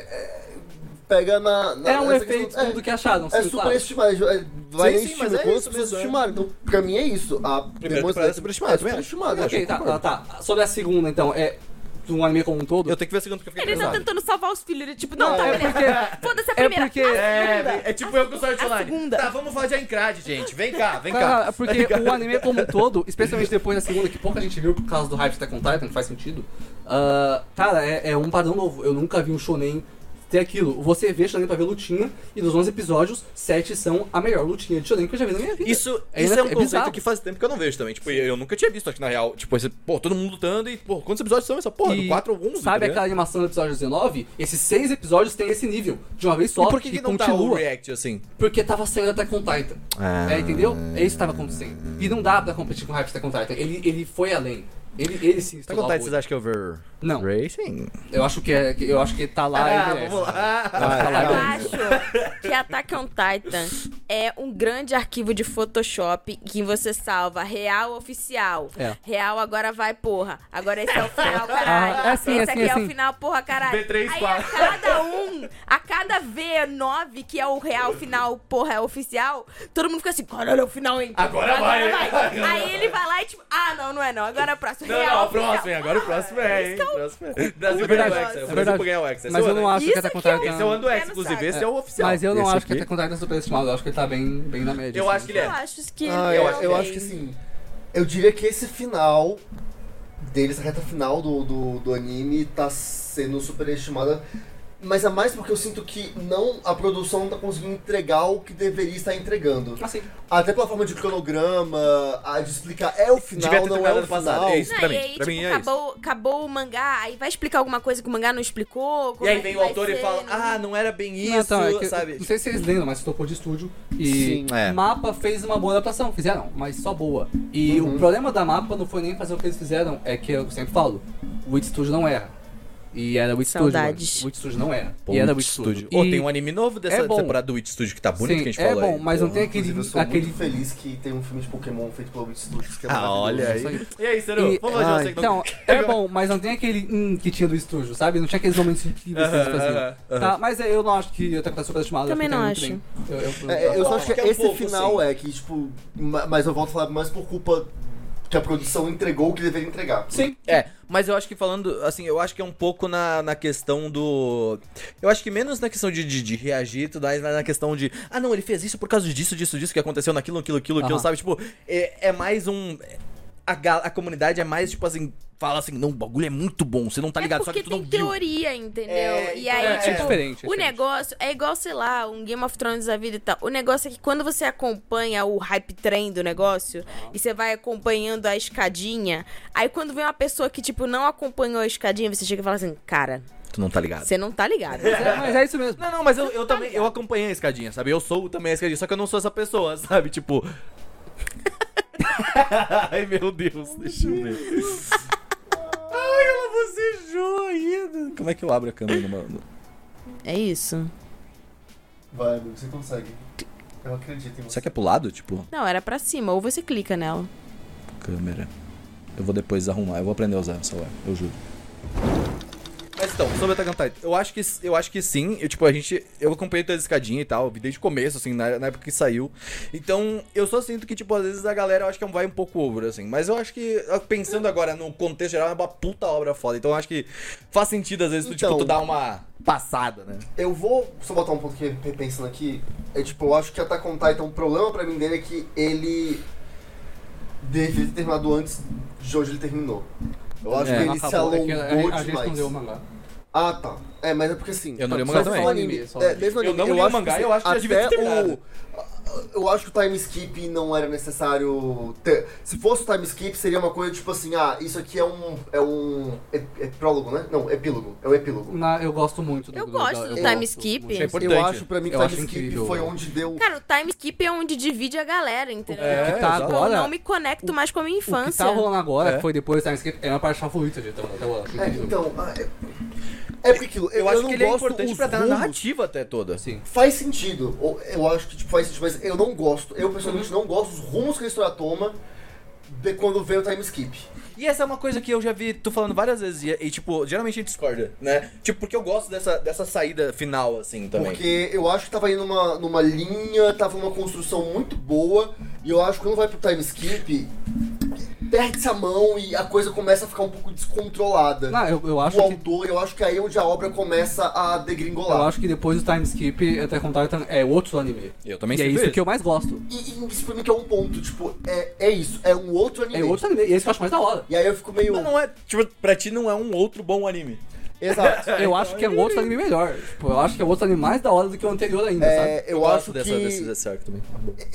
pega na É um nessa efeito questão- do que acharam, sim, É claro. superestimado. Vai Sim, em sim, estima mas é quantas isso pessoas mesmo, estimaram. Então, pra mim é isso. A Primeira temporada é superestimada, É também acho. superestimada. Ok, tá. Sobre a segunda, então, um anime como um todo. Eu tenho que ver a segunda porque eu fiquei Ele tá interessado. tentando salvar os filhos. Ele, tipo, não, tá, é beleza. porque- Foda-se a é primeira. porque- A segunda. É tipo eu com o Sword A Online. segunda. Tá, vamos falar de Aincrad, gente. Vem cá. Cara, porque o anime como um todo, especialmente depois da segunda, que pouca gente viu por causa do hype de Attack on Titan, faz sentido. Cara, é um padrão novo. Eu nunca vi um shonen ter aquilo. Você vê shonen pra ver lutinha, e dos 11 episódios, 7 são a melhor lutinha de shonen que eu já vi na minha vida. Isso é um conceito bizarro. que faz tempo que eu não vejo também. Tipo, eu nunca tinha visto aqui na real. Tipo, todo mundo lutando e, pô, quantos episódios são essa porra? Do 4 ou 11? Sabe tá aquela ligado? animação do episódio 19? Esses 6 episódios têm esse nível, de uma vez só, E por que não tá o continua. react assim? Porque tava saindo Attack on Titan. Entendeu? É isso que tava acontecendo. E não dá pra competir com o hype de Attack on Titan. Ele foi além. Ele sim Tá contando, vocês acham que é over Não. racing? Eu acho que tá lá e merece. Vamos lá. Eu acho que Attack on Titan é um grande arquivo de Photoshop que você salva real oficial. É. Real agora vai, porra. Agora esse é o final, caralho. Esse aqui é o final, porra, caralho. V3, Aí 4. a cada V9, que é o real final, porra, é oficial, todo mundo fica assim, caralho, é o final, hein? Agora vai. Aí ele vai lá e tipo, não é não, agora é o próximo. Não, Real o próximo, oficial. hein? Agora o próximo é, hein? Próximo é. Brasil É ganhou verdade, o Hexa. é O Brasil verdade. ganhou o Hexa. Mas eu não acho que Isso Attack on que é o- Titan... Esse é o ano Pé Hexa, no inclusive. saco. Esse é o oficial. Mas eu não Esse acho que aqui- Attack on Titan é superestimado. Eu acho que ele tá bem na média. Eu assim. acho que ele Eu é. acho que Eu acho que assim. Eu diria que esse final deles, a reta final do anime, tá sendo superestimada. Mas é mais porque eu sinto que a produção não tá conseguindo entregar o que deveria estar entregando. Assim. Até pela forma de cronograma, de explicar, é o final, Devia ter não é terminado o ano passado, final. é isso. Não, Pra mim, e aí, pra mim tipo, é isso. acabou o mangá, aí vai explicar alguma coisa que o mangá não explicou. E como aí é vem que o vai autor e ser, fala, não- não era bem Não, isso, então, é que- sabe? Não sei se vocês lembram, mas topou de estúdio. E Sim. É. Mapa fez uma boa adaptação. Fizeram, mas só boa. E o problema da Mapa não foi nem fazer o que eles fizeram, é que eu sempre falo, o Wit Studio não erra. E era o Wit Studio. Saudades. O Wit Studio não era. Pô, e era o Witch Wit Studio. Studio. E Tem um anime novo dessa é bom. temporada do Witch Studio que tá bonito Sim, que a gente é falou bom, aí. mas não tem Inclusive, eu aquele... sou aquele... muito feliz que tem um filme de Pokémon feito pelo Witch Studios, que é maravilhoso. olha isso aí. aí. E aí, Ciro? E- Vamos lá, você que não... Então, é bom, mas não tem aquele que tinha do estúdio, sabe? Não tinha aqueles momentos incríveis que eles faziam. Tá? Mas eu não acho que Attack on Titan superestimado. Também não acho. Eu só acho que Acho que é um esse pouco, final sim. é que, tipo. Mas eu volto a falar mais por culpa que a produção entregou o que deveria entregar. Sim. Mas eu acho que falando, assim, eu acho que é um pouco na questão do... Eu acho que menos na questão de reagir e tudo mais, mas na questão de... não, ele fez isso por causa disso, que aconteceu naquilo, Aham. sabe? Tipo, é mais um... A comunidade é mais, tipo assim, fala assim, não, o bagulho é muito bom, você não tá ligado, É só porque que tu não tem viu. teoria, entendeu? É, E então aí, é tipo, diferente, é o diferente. negócio é igual, sei lá, um Game of Thrones da vida e tal. O negócio é que quando você acompanha o hype train do negócio, e você vai acompanhando a escadinha, aí quando vem uma pessoa que, tipo, não acompanhou a escadinha, você chega e fala assim, cara, Tu não tá ligado. você não tá ligado. Mas é isso mesmo. Não, mas eu também, eu acompanhei a escadinha, sabe? Eu sou também a escadinha, só que eu não sou essa pessoa, sabe? Tipo... Ai, meu Deus, deixa eu ver. Ai, ela bocejou ainda. Como é que eu abro a câmera numa... É isso. Vai, amigo, você consegue. Eu acredito em você. Será que é pro lado, tipo, Não, era pra cima, ou você clica nela. câmera? Eu vou depois arrumar, eu vou aprender a usar o celular, eu juro. Mas então, sobre Attack on Titan, eu acho que sim, eu acompanhei toda a escadinha e tal, vi desde o começo, assim, na época que saiu. Então, eu só sinto que, tipo, às vezes a galera, eu acho que vai um pouco over, assim. Mas eu acho que, pensando agora no contexto geral, é uma puta obra foda. Então, eu acho que faz sentido, às vezes, Então, tu dar uma passada, né? Eu vou só botar um ponto aqui, pensando aqui. Eu acho que Attack on Titan, o problema pra mim dele é que ele deveria ter terminado antes de onde ele terminou. Eu acho que ele se alongou A gente demais. não leu o mangá. Ah, tá. Mas é porque assim... Eu não li o só mangá desde também. o anime, Só desde o Eu anime, não li o acho mangá, que, eu acho que já devia ter até terminado. eu acho que o time skip não era necessário ter. Se fosse o time skip, seria uma coisa tipo assim, isso aqui é prólogo, né? Não, epílogo. É o epílogo. Eu gosto muito do Eu gosto do time skip. É importante. Eu acho, pra mim, que o time skip incrível, foi onde deu... Cara, o time skip é onde divide a galera, entendeu? O que tá exato. agora... Eu não me conecto mais com a minha O que infância. tá rolando agora, É. que foi depois do time skip, é uma parte favorita de até agora. Acho incrível. Então, é porque aquilo, Eu acho não que ele é gosto importante os pra dar a rumos. narrativa até toda. Sim. Faz sentido. Eu acho que tipo, faz sentido, mas eu não gosto. Eu pessoalmente não gosto dos rumos que a história toma de quando vem o time skip. E essa é uma coisa que eu já vi tu falando várias vezes e tipo, geralmente a gente discorda, né? Tipo, porque eu gosto dessa saída final, assim, também. Porque eu acho que tava indo numa linha, tava numa construção muito boa, e eu acho que quando vai pro time skip, perde-se a mão e a coisa começa a ficar um pouco descontrolada. Não, eu acho o que... autor, eu acho que aí é onde a obra começa a degringolar. Eu acho que depois do time skip, Attack on Titan é outro anime. Eu também E é sinto isso que eu mais gosto. E isso pra mim que é um ponto, tipo, é isso, é um outro anime. É outro anime, e esse que eu acho mais da hora. E aí eu fico meio... Mas não é, tipo, pra ti não é um outro bom anime. Exato. Eu acho que é um outro anime melhor. Tipo, eu acho que é um outro anime mais da hora do que o anterior ainda, sabe? Eu gosto acho que... desse arco também.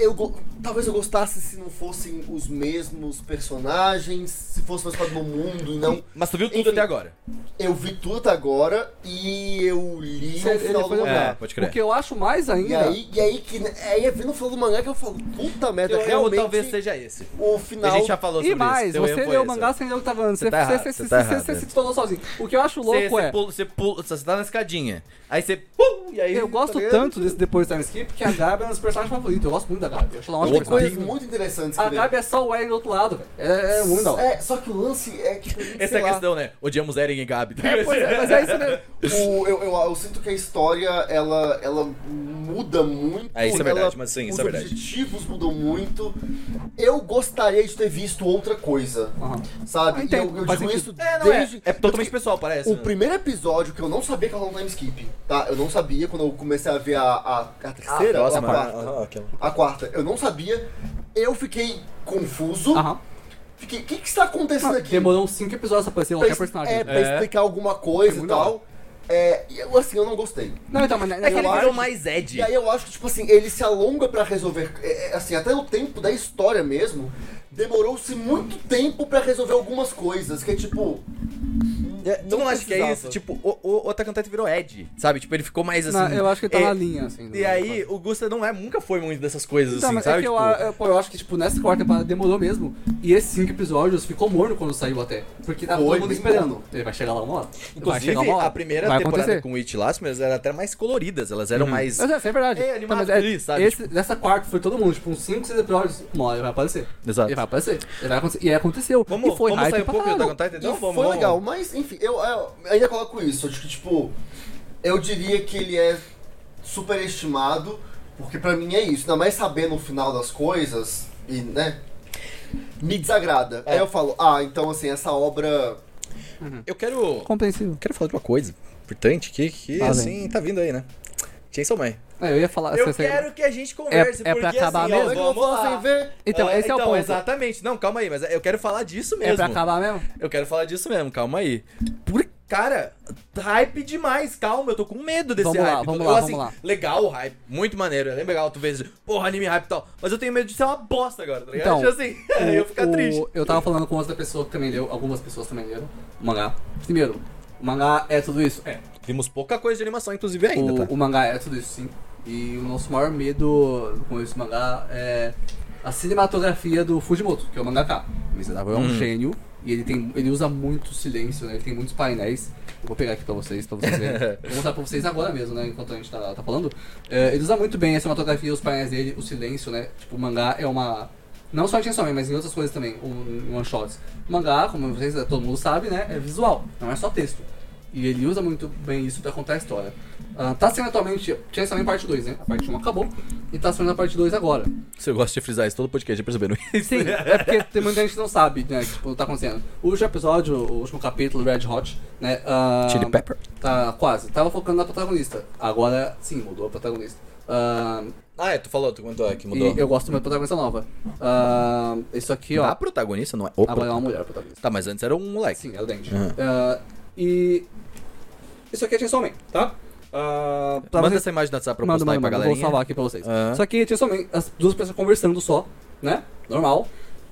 Talvez eu gostasse se não fossem os mesmos personagens, se fosse mais no mundo e não... Mas tu viu tudo Enfim, até agora. Eu vi tudo até agora e eu li no final do mangá. Pode crer. O que eu acho mais E ainda... aí é vendo no final do mangá que eu falo, puta merda, Eu realmente talvez seja esse. o A final... gente já falou sobre E mais, isso. Teu você erro foi leu o esse, mangá sem ler o que tava antes. Você tá errado, Você você tá errado, se tornou sozinho. O que eu acho louco Você tá na escadinha. Aí você. Pum, e aí, Eu gosto tá ligado? tanto desse depois do time skip que a Gabi é um dos personagens favoritos. Eu gosto muito da Gabi. Eu acho ela uma Tem ótima coisas personagem. muito interessantes A que Gabi é só o Eren do outro lado, velho. É muito da hora. só que o lance é que... Essa é a questão, né? Odiamos Eren e Gabi. Pois é, mas é isso mesmo. Eu sinto que a história, ela muda muito. Isso é verdade, mas sim, isso é verdade. Os objetivos mudam muito. Eu gostaria de ter visto outra coisa, sabe? Entendo, E eu faz digo sentido. isso desde... É totalmente pessoal, parece. O né? primeiro episódio que eu não sabia que ela não time skip, tá? Eu não sabia quando eu comecei a ver a terceira ou Nossa, a quarta. A quarta, eu não sabia. Eu fiquei confuso. Fiquei, o que está acontecendo aqui? Demorou uns 5 episódios pra aparecer qualquer personagem. Pra explicar alguma coisa e tal. E eu não gostei. Não, então, mas É que ele eu virou acho- mais Ed. E aí eu acho que, tipo assim, ele se alonga pra resolver. Assim, até o tempo da história mesmo, demorou-se muito tempo pra resolver algumas coisas. Que é tipo. Tu não acha que é precisava. isso? Tipo, o Attack on Titan virou Ed, sabe? Tipo, ele ficou mais assim... Não, eu acho que ele tá é, na linha, assim. E aí, o Gusta nunca foi muito dessas coisas, Então, assim, mas sabe? é que Tipo, eu acho que, tipo, nessa quarta temporada demorou mesmo. E esses 5 episódios ficou morno quando saiu até. Porque tava Foi, todo mundo bem esperando. morno. Ele vai chegar lá uma hora. Inclusive, a primeira Vai temporada acontecer. com Witch Last, mas eram até mais coloridas, elas eram mais... Mas isso é verdade. animado, mas feliz, sabe? Nessa quarta foi todo mundo, tipo, uns 5, 6 episódios. Uma hora ele vai aparecer. Exato. Ele vai aparecer. Ele vai acontecer. E aí aconteceu. Vamos e foi hype sair um pra pouco do caralho. Attack on Titan, então? E Vamos, foi vamos. legal, mas enfim, eu ainda coloco isso. Acho que, tipo, eu diria que ele é superestimado, porque pra mim é isso. Ainda mais sabendo o final das coisas, e, né, me desagrada. Aí eu falo, então assim, essa obra... Eu quero Compreensível. falar de uma coisa importante que Ah, assim, tá vindo aí, né? Chainsaw Man. Eu ia falar. Eu você- quero que a gente converse, É pra porque acabar assim, mesmo? ó, Como é que eu vamos vou lá. sem ver? Então, esse é o ponto. Exatamente. Não, calma aí, mas eu quero falar disso mesmo. É pra acabar mesmo? Eu quero falar disso mesmo, calma aí. Cara, hype demais, calma, eu tô com medo desse Vamos lá, hype. vamos Eu, lá, assim, vamos lá. Legal o hype, muito maneiro, é legal tu vê, porra, anime hype e tal, mas eu tenho medo de ser uma bosta agora, tá ligado? Então, Tipo assim, aí eu ficar triste. Eu tava falando com outra pessoa que também leu, algumas pessoas também leram o mangá. Primeiro, o mangá é tudo isso? É. Vimos pouca coisa de animação, inclusive, ainda, tá? O mangá é tudo isso, sim. E o nosso maior medo com esse mangá é a cinematografia do Fujimoto, que é o mangaka. O Miserável é um gênio e ele usa muito silêncio, né? Ele tem muitos painéis. Eu vou pegar aqui pra vocês verem. Vou mostrar pra vocês agora mesmo, né? Enquanto a gente tá falando. Ele usa muito bem a cinematografia, os painéis dele, o silêncio, né? Tipo, o mangá é uma... Não só em Chainsaw Man, mas em outras coisas também, em one shots. O mangá, como vocês, todo mundo sabe, né? É visual, não é só texto. E ele usa muito bem isso pra contar a história. Tá sendo atualmente Chainsaw Man parte 2, né? A parte 1 acabou e tá sendo a parte 2 agora. Você gosta de frisar isso todo podcast, já perceberam isso? Sim, é porque tem muita gente que não sabe, né? Tipo, o que tá acontecendo. O último episódio, o último capítulo, Red Hot, né? Chili Pepper? Tá quase. Tava focando na protagonista. Agora, sim, mudou a protagonista. Tu comentou que mudou. E eu gosto muito da protagonista nova. Isso aqui, ó. A protagonista não é o Agora é uma protagonista. mulher a protagonista. Tá, mas antes era um moleque. Sim, é o Dente. Uhum. E isso aqui é Chainsaw Man, tá? Manda essa imagem no WhatsApp pra eu postar aí pra galerinha. Vou salvar aqui pra vocês. Só que tinha somente as duas pessoas conversando só, né? Normal.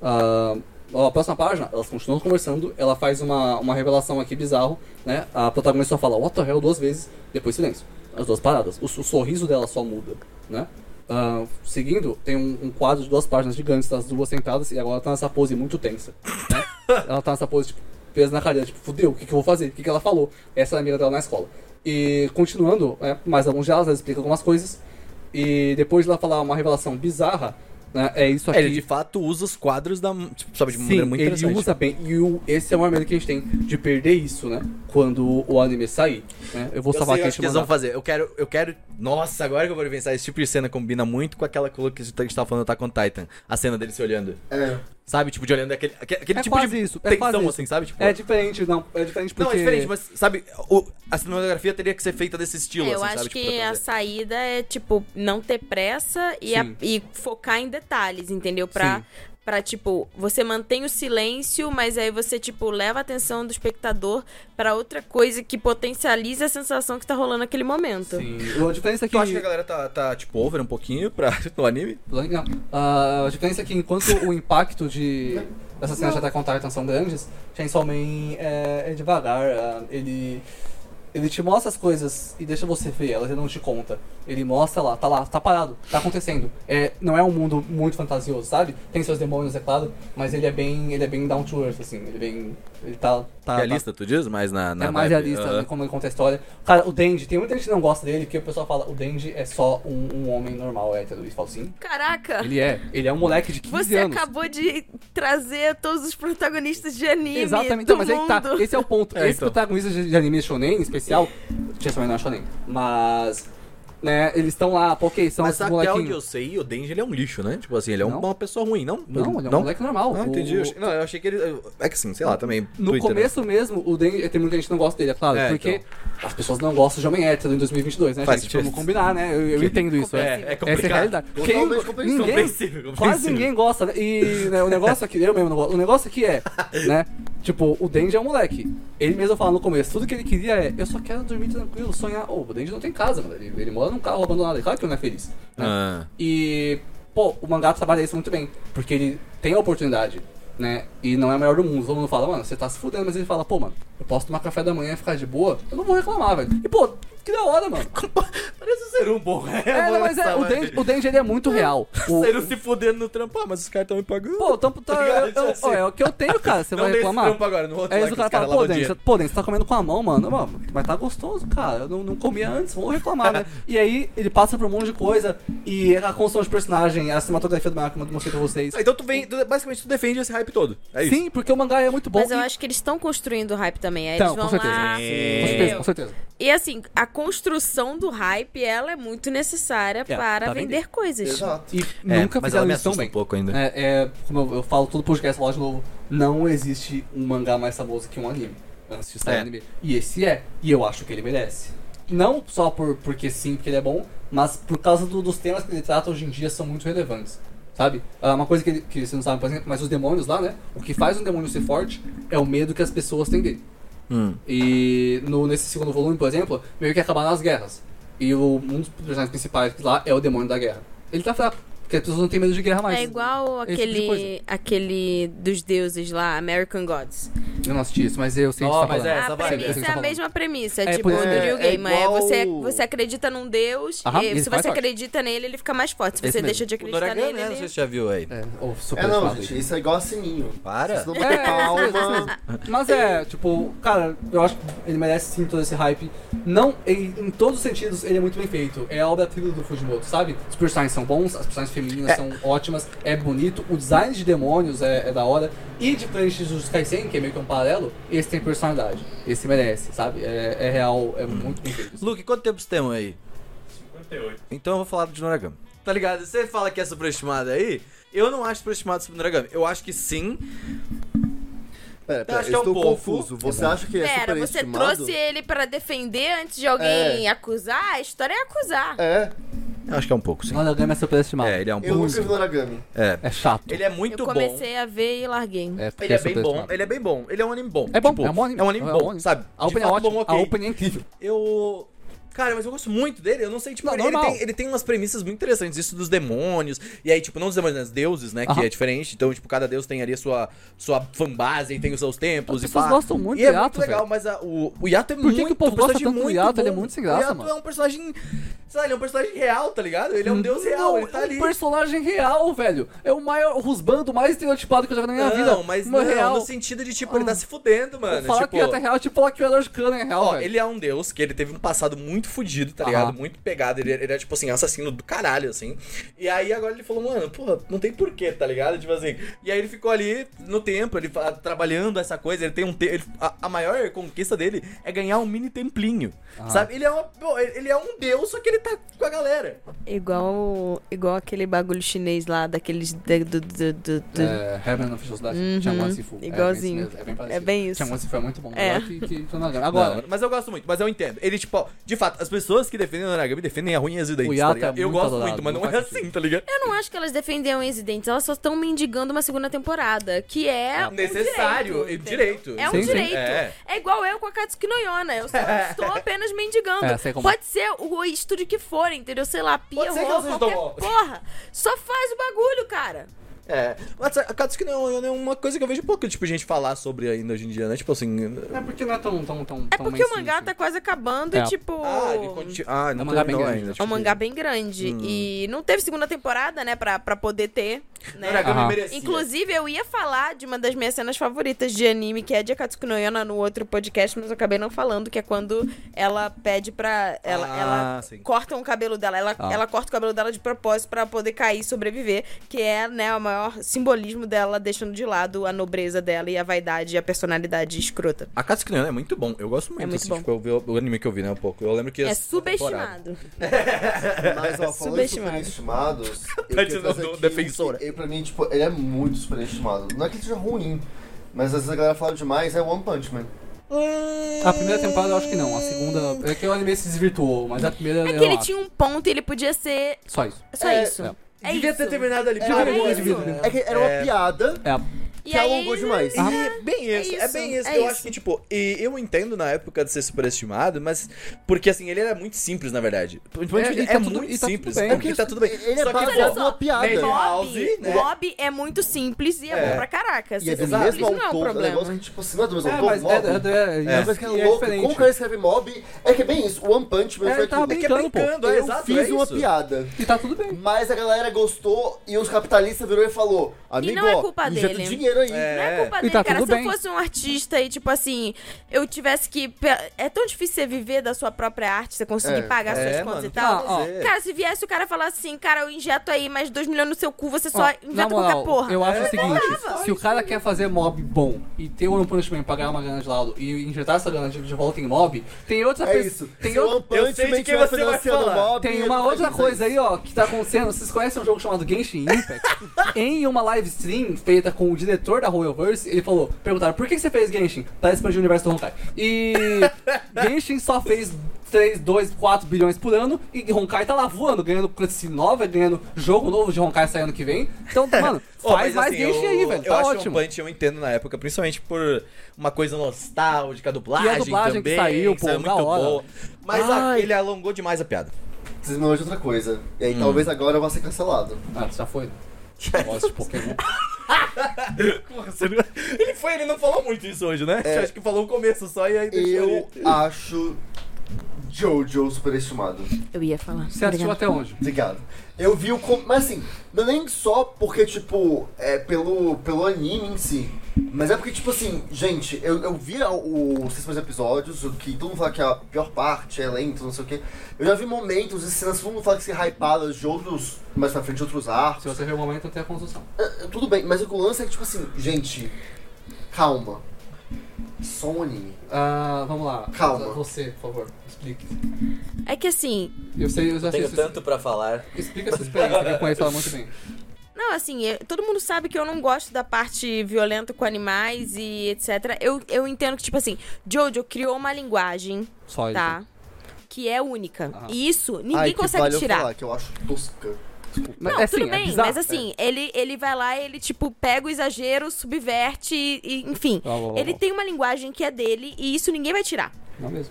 A próxima página, elas continuam conversando, ela faz uma revelação aqui bizarro, né? A protagonista só fala what the hell 2 vezes, depois silêncio. As duas paradas. O sorriso dela só muda, né? Seguindo, tem um quadro de 2 páginas gigantes, das duas sentadas, e agora ela tá nessa pose muito tensa, né? Ela tá nessa pose, tipo, presa na cadeira, tipo, fudeu, o que eu vou fazer? O que ela falou? Essa é a amiga dela na escola. E continuando, mais alguns diálogos, ela explica algumas coisas, e depois de ela falar uma revelação bizarra, né, é isso aqui. Ele de fato usa os quadros da. Tipo, sabe, de uma maneira muito interessante. Ele usa bem. E esse é o maior medo que a gente tem de perder isso, né? Quando o anime sair. Né? Eu vou salvar aqui. Eu acho que eles vão fazer. Eu quero. Nossa, agora que eu vou pensar, esse tipo de cena combina muito com aquela coisa que a gente tava falando do Attack on Titan. A cena dele se olhando. Sabe, tipo, de olhando aquele tipo de isso, tensão, assim, sabe? Tipo, é diferente, não. É diferente porque... Não, é diferente, mas, sabe, a cinematografia teria que ser feita desse estilo, assim, eu sabe? acho tipo, que a saída é, tipo, não ter pressa e focar em detalhes, entendeu? Pra, tipo, você mantém o silêncio, mas aí você, tipo, leva a atenção do espectador pra outra coisa que potencializa a sensação que tá rolando naquele momento. Sim. A diferença é que... Tu acha que a galera tá tipo, over um pouquinho no anime? Não. A diferença é que enquanto o impacto dessas cenas de Attack on Titan são grandes, Chainsaw Man é devagar, ele te mostra as coisas e deixa você ver elas, ele não te conta. Ele mostra lá, tá parado, tá acontecendo. Não é um mundo muito fantasioso, sabe? Tem seus demônios, é claro, mas ele é bem down to earth, assim. Ele tá realista, tu diz? Mais na é mais realista, né, como ele conta a história. Cara, o Denji, tem muita gente que não gosta dele, porque o pessoal fala, o Denji é só um homem normal, hétero. E fala assim. Caraca! Ele é um moleque de 15 anos. Você acabou de trazer todos os protagonistas de anime. Exatamente, do mas mundo. aí tá, esse é o ponto. Esse protagonista de anime shonen, em especial, Chainsaw Man não é shonen, mas... Né, eles estão lá, ok, são mas esses molequinhos. Mas até onde eu sei, o Denji ele é um lixo, né? Tipo assim, ele é uma pessoa ruim, não? Não, ele é um moleque normal. Não, entendi. Eu achei que ele... É que sim, sei lá, também... No Twitter, começo mesmo, o Denji, tem muita gente que não gosta dele, é claro, porque as pessoas não gostam de homem hétero em 2022, né, gente? Vamos combinar, né? Eu entendo isso. É complicado. Essa é a realidade. Compreensível. Quase ninguém gosta, né? E né, o negócio aqui, eu mesmo não gosto. O negócio aqui é, né? Tipo, o Denji é um moleque. Ele mesmo fala no começo, tudo que ele queria é, eu só quero dormir tranquilo, sonhar. O Denji não tem casa, mano. Ele mora num carro abandonado. Claro que ele não é feliz. Né? E, pô, o mangá trabalha isso muito bem. Porque ele tem a oportunidade, né? E não é o maior do mundo. Todo mundo fala, mano, você tá se fudendo. Mas ele fala, pô, mano, eu posso tomar café da manhã e ficar de boa. Eu não vou reclamar, velho. E, pô, que da hora, mano. Parece um ser bom, né? Mas o Denji ele é muito real. O ser se fudendo no trampo, mas os caras tão me pagando. Pô, é o que eu tenho, cara. Você vai reclamar? Trampo agora, no outro é isso, o cara fala, pô, Denji, você tá comendo com a mão, mano. Mas tá gostoso, cara. Eu não comia antes, vou reclamar, né? E aí, ele passa por um monte de coisa. E a construção de personagem, a cinematografia do mangá, como eu mostrei pra vocês. Então basicamente tu defende esse hype todo. É isso. Sim, porque o mangá é muito bom. Mas eu acho que eles estão construindo o hype também. Aí então, eles vão com certeza. lá. Com certeza. E assim, a construção do hype, ela é muito necessária para vender coisas. Exato. E nunca mas ela fizeram me isso tão assusta bem. um pouco ainda. Como eu falo todo podcast lá de novo, não existe um mangá mais famoso que um anime. Antes de sair anime. E esse é. E eu acho que ele merece. Não só porque sim, porque ele é bom, mas por causa dos temas que ele trata hoje em dia são muito relevantes. Sabe? Uma coisa que você não sabe, por exemplo, mas os demônios lá, né? O que faz um demônio ser forte é o medo que as pessoas têm dele. E nesse segundo volume, por exemplo, meio que acabaram as guerras. E um dos personagens principais lá é o demônio da guerra. Ele tá fraco, porque as pessoas não têm medo de guerra mais. É igual aquele dos deuses lá, American Gods. Eu não assisti isso, mas eu sei que você tá falando. A premissa é a mesma premissa, tipo, por isso. do New Game. igual... Você acredita num deus, e se você acredita nele, ele fica mais forte. Se você deixa de acreditar nele, né? Não sei se você já viu aí. Não, gente, isso é igual a Sininho. Para. Não palma. Mas tipo, cara, eu acho que ele merece sim todo esse hype. Não, em todos os sentidos, ele é muito bem feito. É a obra-prima do Fujimoto, sabe? Os personagens são bons, as personagens femininas são ótimas, é bonito, o design de demônios é da hora. E de Planet Jujutsu Kaisen, que é meio que um paralelo, esse tem personalidade. Esse merece, sabe? É real, é muito bem feito. Luke, quanto tempo você tem aí? 58. Então eu vou falar de Noragami. Tá ligado? Você fala que é superestimado aí, eu não acho superestimado sobre Noragami. Eu acho que sim. Pera, acho que eu é um estou pouco. confuso. Você acha que é Pera, você superestimado? trouxe ele pra defender antes de alguém acusar? A história é acusar. Eu acho que é um pouco, sim. Noragami é superestimado. Ele é um Eu pouco. nunca vi Noragami. É chato. Ele é muito Eu bom. comecei a ver e larguei. Ele é bem bom, ele é bem bom. Ele é um anime bom. É bom, Tipo, é um anime. É um anime bom, sabe? A opening é De fato, ótima, bom, ok. a opening é incrível. Cara, mas eu gosto muito dele, eu não sei, tipo, Não, ele tem umas premissas muito interessantes, isso dos demônios, e aí, tipo, não dos demônios, mas deuses, né, que é diferente, então, tipo, cada deus tem ali a sua fanbase, e tem os seus templos, As pessoas gostam muito e do é Yato, muito legal, velho. mas o Yato é Por que muito... que o povo gosta personagem tanto do muito Yato? bom. Ele é muito sem graça, O Yato mano. é um personagem, sei lá, ele é um personagem real, tá ligado? Ele é um deus real, ele tá ali. Um personagem real, velho. É o maior, o rusbando mais estereotipado que eu já vi na minha vida. Não, mas Uma não, real. no sentido de, tipo, ele tá se fudendo, mano. Falar tipo, que o Yato é real, tipo falar que o Edward Cullen é real, ó, velho. ele é um deus, que ele teve um passado muito fudido, tá ligado? Muito pegado, ele é, tipo assim, assassino do caralho, assim. E aí agora ele falou, mano, porra, não tem porquê, tá ligado? Tipo assim, e aí ele ficou ali no templo, ele trabalhando essa coisa, ele tem a maior conquista dele é ganhar um mini templinho, sabe? Ele é um deus, só que ele tá com a galera. Igual aquele bagulho chinês lá, daqueles... Heaven of Sociedade, Tianguan Sifu. Igualzinho. É bem parecido. É bem isso. Tianguan Sifu é muito bom. É. Agora, Não, mas eu gosto muito, mas eu entendo. Ele, tipo, de fato, as pessoas que defendem o Noragami defendem a ruim e as dentes, O tá Yato ligado? é Eu muito gosto adorado, muito, mas não não é faz assim, tá ligado? Eu não acho que elas defendem unhas e dentes, elas só estão mendigando uma segunda temporada, que é um necessário, direito, entendeu? É um Sim, sim. direito. É. É igual eu com a Katsuki no Yona, eu só estou apenas mendigando. Sei como. Pode ser o estúdio que for, entendeu? Sei lá, Pode ser que Pierrot, vocês qualquer dão- porra. Só faz o bagulho, cara. É, mas a Katsuki não é uma coisa que eu vejo pouco, tipo, gente falar sobre ainda hoje em dia, né? Tipo assim... É porque não é tão É porque o mangá tá quase acabando e, tipo... ele continua... Ah, não É um mangá bem terminou grande. ainda. É um tipo, mangá bem grande. E não teve segunda temporada, né? Pra poder ter, né? Noragami Aham. merecia. Inclusive, eu ia falar de uma das minhas cenas favoritas de anime, que é de Akatsuki no Yona no outro podcast, mas eu acabei não falando, que é quando ela pede pra... Ela sim. corta o cabelo dela. Ela corta o cabelo dela de propósito pra poder cair e sobreviver, que é, né, o maior simbolismo dela, deixando de lado a nobreza dela e a vaidade e a personalidade escrota. A Katsuki no Yona é muito bom, eu gosto muito. É muito assim, bom. Tipo, eu vi o anime que eu vi, né, um pouco. Eu lembro que... É essa subestimado. Mas, ó, falando em Subestimado. superestimados, eu Tá queria dizendo trazer do aqui defensor. que, pra mim, tipo, ele é muito superestimado. Não é que ele seja ruim, mas às vezes a galera fala demais, é One Punch Man. A primeira temporada eu acho que não. A segunda. É que o anime se desvirtuou, mas a primeira. É que ele tinha um ponto e ele podia ser Só isso. só isso. É Devia isso. ter terminado ali. isso. É que era uma piada E que aí, alongou demais. E bem isso, é bem isso. é Eu isso. acho que, tipo, e eu entendo na época de ser superestimado, mas. Porque assim, ele era muito simples, na verdade. E tá tudo- muito e tá tudo simples. bem. É porque tá tudo bem. Ele é Só que, baseado pô, numa piada. Ned House, né? Mob é muito simples e é bom pra caraca. E é Ser do simples mesmo não é um autor, é um problema. negócio que, tipo assim, não é do mesmo É, autor, mas Mob. é Mas que é e louco, diferente. como o cara escreve Mob, é que é bem isso, o One Punch Man É, foi ele tava aquilo. brincando, pô. é Eu exato, fiz é uma isso. piada, E tá tudo bem. mas a galera gostou e os capitalistas virou e falou, amigo, não é ó, culpa injeta dele. dinheiro aí. Não é culpa E dele, tá cara. tudo Se bem. eu fosse um artista e, tipo assim, eu tivesse que... É tão difícil você viver da sua própria arte, você conseguir pagar suas contas mano, e tal. Ah, ó. Cara, se viesse o cara falar assim, cara, eu injeto aí mais 2 milhões no seu cu, você só Ó, na injeta moral, qualquer porra. eu acho o seguinte, falava. se o cara quer fazer mob bom e ter o One Punch Man pra ganhar uma grana de lado e injetar essa grana de volta em mob, tem outra É pessoa. isso. Tem Se o One outra. eu Punch sei de Man quem tiver você vai financiando falar. Mob, Tem ele uma faz outra isso coisa aí, ó, que tá acontecendo. Vocês conhecem um jogo chamado Genshin Impact? Em uma live stream feita com o diretor da Royalverse, ele falou, perguntaram, por que você fez Genshin? Pra expandir o universo do Honkai. E Genshin só fez 3, 2, 4 bilhões por ano e Honkai tá lá voando, ganhando cutscene nova, ganhando jogo novo de Honkai saindo que vem. Então, mano, faz mais Genshin aí, velho. Eu Tá acho ótimo. One Punch, eu entendo na época, principalmente por uma coisa nostálgica, a dublagem, E a dublagem que também, saiu, pô, é da muito hora. boa. Mas Ai. ele alongou demais a piada. Vocês não de outra coisa. E aí talvez agora eu vá ser cancelado. Ah, já foi. Gosto de Pokémon. Ele não falou muito isso hoje, né? É. Acho que falou o começo só e aí deixou Eu acho Jojo superestimado. Eu ia falar. Você assistiu até onde? Obrigado. Eu vi o... Mas assim, não é nem só porque, tipo, é pelo anime em si. Mas é porque, tipo assim, gente, eu vi os 6 episódios, o que todo mundo fala que a pior parte é lento, não sei o quê. Eu já vi momentos e cenas que todo mundo fala que se hyparam de outros, mais pra frente, de outros arcos. Se você ver o momento, tem a construção. Tudo bem, mas o lance é que, tipo assim, gente, calma. Só um anime. Ah, vamos lá. Calma. Você, por favor, explique. É que assim, Eu sei, eu já sei. Tenho tanto pra falar. Explica a sua experiência, que eu conheço ela muito bem. não, assim, todo mundo sabe que eu não gosto da parte violenta com animais e etc. Eu entendo que, tipo assim, Jojo criou uma linguagem, Só isso. tá? Que é única. Aham. E isso ninguém Ai, que consegue vale eu tirar. falar, que eu acho tosca. Desculpa. Mas, Não, assim, tudo bem, bizarro. mas assim, ele vai lá, ele, tipo, pega o exagero, subverte e enfim. Ó. Ele tem uma linguagem que é dele e isso ninguém vai tirar. Não mesmo.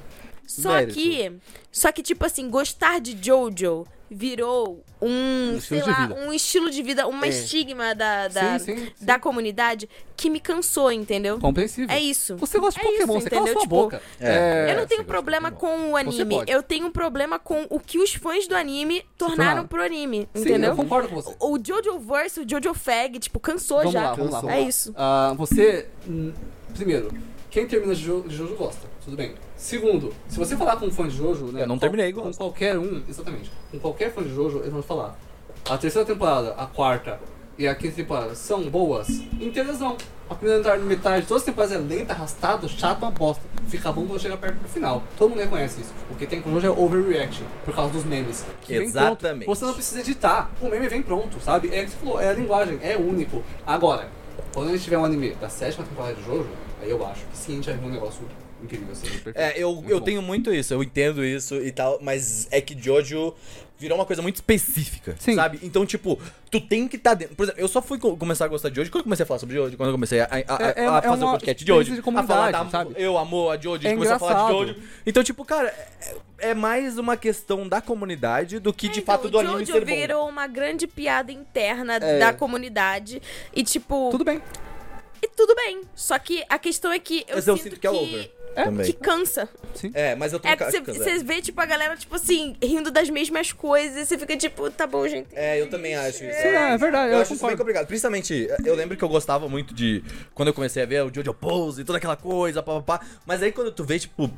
Só que, tipo assim, gostar de Jojo virou um estilo de vida, uma estigma da comunidade que me cansou, entendeu? Compreensível. É isso. Você gosta de Pokémon, isso, você cala sua tipo, boca. Eu não tenho problema com o anime, eu tenho um problema com o que os fãs do anime tornaram pro anime, entendeu? Eu concordo com você. O Jojo-verse, o Jojo-fag, tipo, cansou já. Vamos lá. É isso. Você, primeiro, quem termina de Jojo gosta, tudo bem. Segundo, se você falar com um fã de Jojo, né? Eu não terminei, com qualquer um, exatamente. Com qualquer fã de Jojo, eles vão falar. A terceira temporada, a quarta e a quinta temporada são boas? Inteiras não. A primeira metade, todas as temporadas é lenta, arrastado, chato, uma bosta. Fica bom quando chega perto do final. Todo mundo reconhece isso. O que tem com Jojo é overreaction, por causa dos memes. Exatamente. Você não precisa editar, o meme vem pronto, sabe? É o que você falou, é a linguagem, é único. Agora, quando a gente tiver um anime da 7ª temporada de Jojo, aí eu acho que sim, a gente vai ver um negócio incrível, assim. Eu tenho muito isso, eu entendo isso e tal, mas é que Jojo virou uma coisa muito específica, sabe? Então, tipo, tu tem que estar dentro. Por exemplo, eu só fui começar a gostar de Jojo quando eu comecei a falar sobre Jojo, quando eu comecei a fazer o podcast de Jojo, a falar sabe? Eu amo a Jojo, comecei a falar de Jojo. Então, tipo, cara, é mais uma questão da comunidade do que de fato do anime ser bom. Jojo virou uma grande piada interna da comunidade e, tipo... Tudo bem. E tudo bem, só que a questão é que eu sinto que é over. Que cansa. Sim. Mas eu tô você vê, tipo, a galera, tipo assim, rindo das mesmas coisas e você fica tipo, tá bom, gente. Eu também acho isso. Sim, é verdade. Eu acho isso bem complicado. Principalmente, eu lembro que eu gostava muito de... Quando eu comecei a ver o Jojo Pose e toda aquela coisa, papapá. Mas aí quando tu vê, tipo,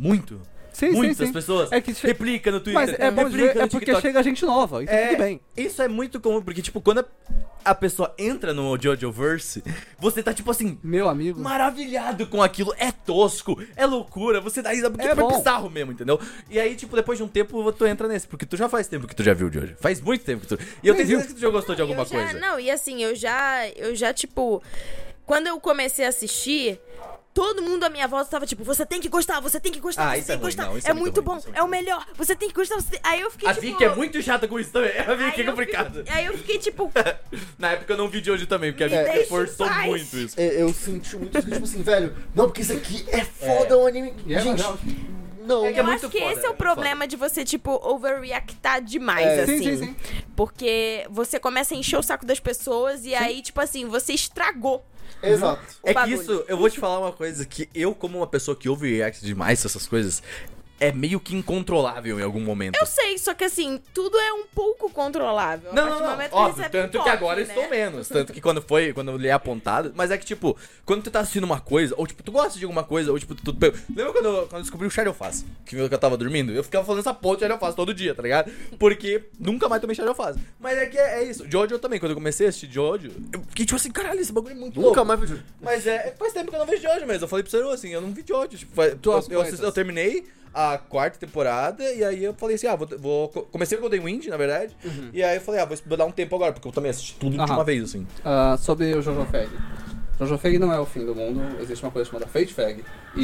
muitas pessoas replica no Twitter. Mas é bom de ver, porque chega gente nova, e tudo bem. Isso é muito comum, porque, tipo, quando a pessoa entra no Jojoverse, você tá, tipo assim... Meu amigo. Maravilhado com aquilo. É tosco, é loucura, você dá risada, porque é bizarro mesmo, entendeu? E aí, tipo, depois de um tempo, tu entra nesse, porque tu já faz tempo que tu já viu o Jojo. Faz muito tempo que tu... E eu tenho certeza que tu já gostou de alguma coisa. Não, e assim, eu já, tipo... Quando eu comecei a assistir... Todo mundo à minha volta tava tipo, você tem que gostar, você tem que gostar, você tem que gostar. É muito bom, é o melhor, você tem que gostar. Aí eu fiquei tipo... A Vicky é muito chata com isso também, a Vicky é complicada. Aí eu fiquei tipo... Na época eu não vi de hoje também, porque a Vicky forçou muito isso. Eu senti muito isso, tipo assim, velho, não, porque isso aqui é foda, o anime... Gente... Não, eu acho que esse é o problema de você, tipo, overreactar demais, assim. Sim. Porque você começa a encher o saco das pessoas e aí, tipo assim, você estragou. Exato. É que isso, eu vou te falar uma coisa, que eu, como uma pessoa que overreact demais essas coisas, é meio que incontrolável em algum momento. Eu sei, só que assim, tudo é um pouco controlável. Não. Óbvio, tanto que agora estou menos. Tanto que quando eu li apontado. Mas é que, tipo, quando tu tá assistindo uma coisa, ou tipo, tu gosta de alguma coisa, ou tipo, lembra quando eu descobri o Shadow Faz? Que eu tava dormindo? Eu ficava fazendo essa porra de Shadow Faz todo dia, tá ligado? Porque nunca mais tomei Shadow Faz. Mas é que é isso. Jojo também, quando eu comecei a assistir Jojo, eu fiquei tipo assim, caralho, esse bagulho é muito louco. Nunca mais vi Jojo. Mas faz tempo que eu não vejo Jojo mesmo. Eu falei pra você assim, eu não vi Jojo. Tipo, eu terminei a 4ª temporada, e aí eu falei assim, comecei com Golden Wind, na verdade, e aí eu falei, vou dar um tempo agora, porque eu também assisti tudo de uma vez, assim. Sobre o Jojo Fag. Jojo Fag não é o fim do mundo, existe uma coisa chamada Fate Fag,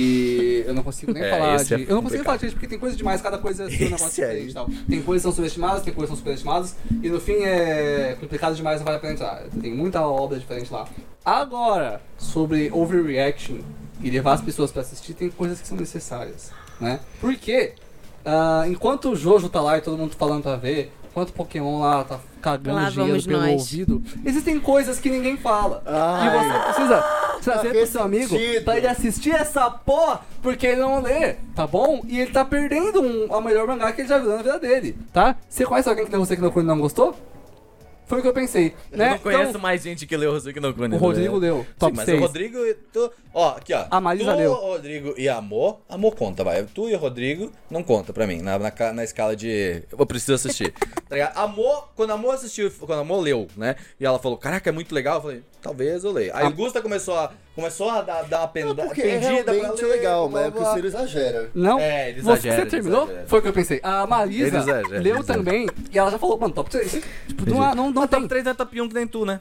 e eu não consigo nem falar de... eu não consigo nem falar disso, porque tem coisa demais, cada coisa é um negócio diferente e tal. Tem coisas que são subestimadas, tem coisas que são superestimadas, e no fim é complicado demais, não vale a pena entrar. Tem muita obra diferente lá. Agora, sobre overreaction e levar as pessoas pra assistir, tem coisas que são necessárias. Né? Porque enquanto o Jojo tá lá e todo mundo falando pra ver, enquanto o Pokémon lá tá cagando dinheiro pelo ouvido, existem coisas que ninguém fala. E você precisa trazer pro seu amigo pra ele assistir essa porra, porque ele não lê, tá bom? E ele tá perdendo a melhor mangá que ele já viu na vida dele, tá? Você conhece alguém que leu você que não gostou? Foi o que eu pensei, né? Eu não conheço mais gente que leu Hoseki no Kuni. O Rodrigo leu, top 6. Mas o Rodrigo... aqui, ó. A Marisa leu. O Rodrigo e a Amor conta, vai. Tu e o Rodrigo não conta pra mim, na escala de... Eu preciso assistir. Tá ligado? Quando a Amor assistiu, quando a Amor leu, né? E ela falou, caraca, é muito legal. Eu falei, talvez eu leia. Aí a Gusta começou a dar uma pendida. Porque é realmente legal, mas é porque o Ciro exagera. Não, ele exagera. Você terminou? Foi o que eu pensei. A Marisa leu também, e ela já falou, mano, top 3. Tipo, não tem. Top 3 é top 1 que nem tu, né?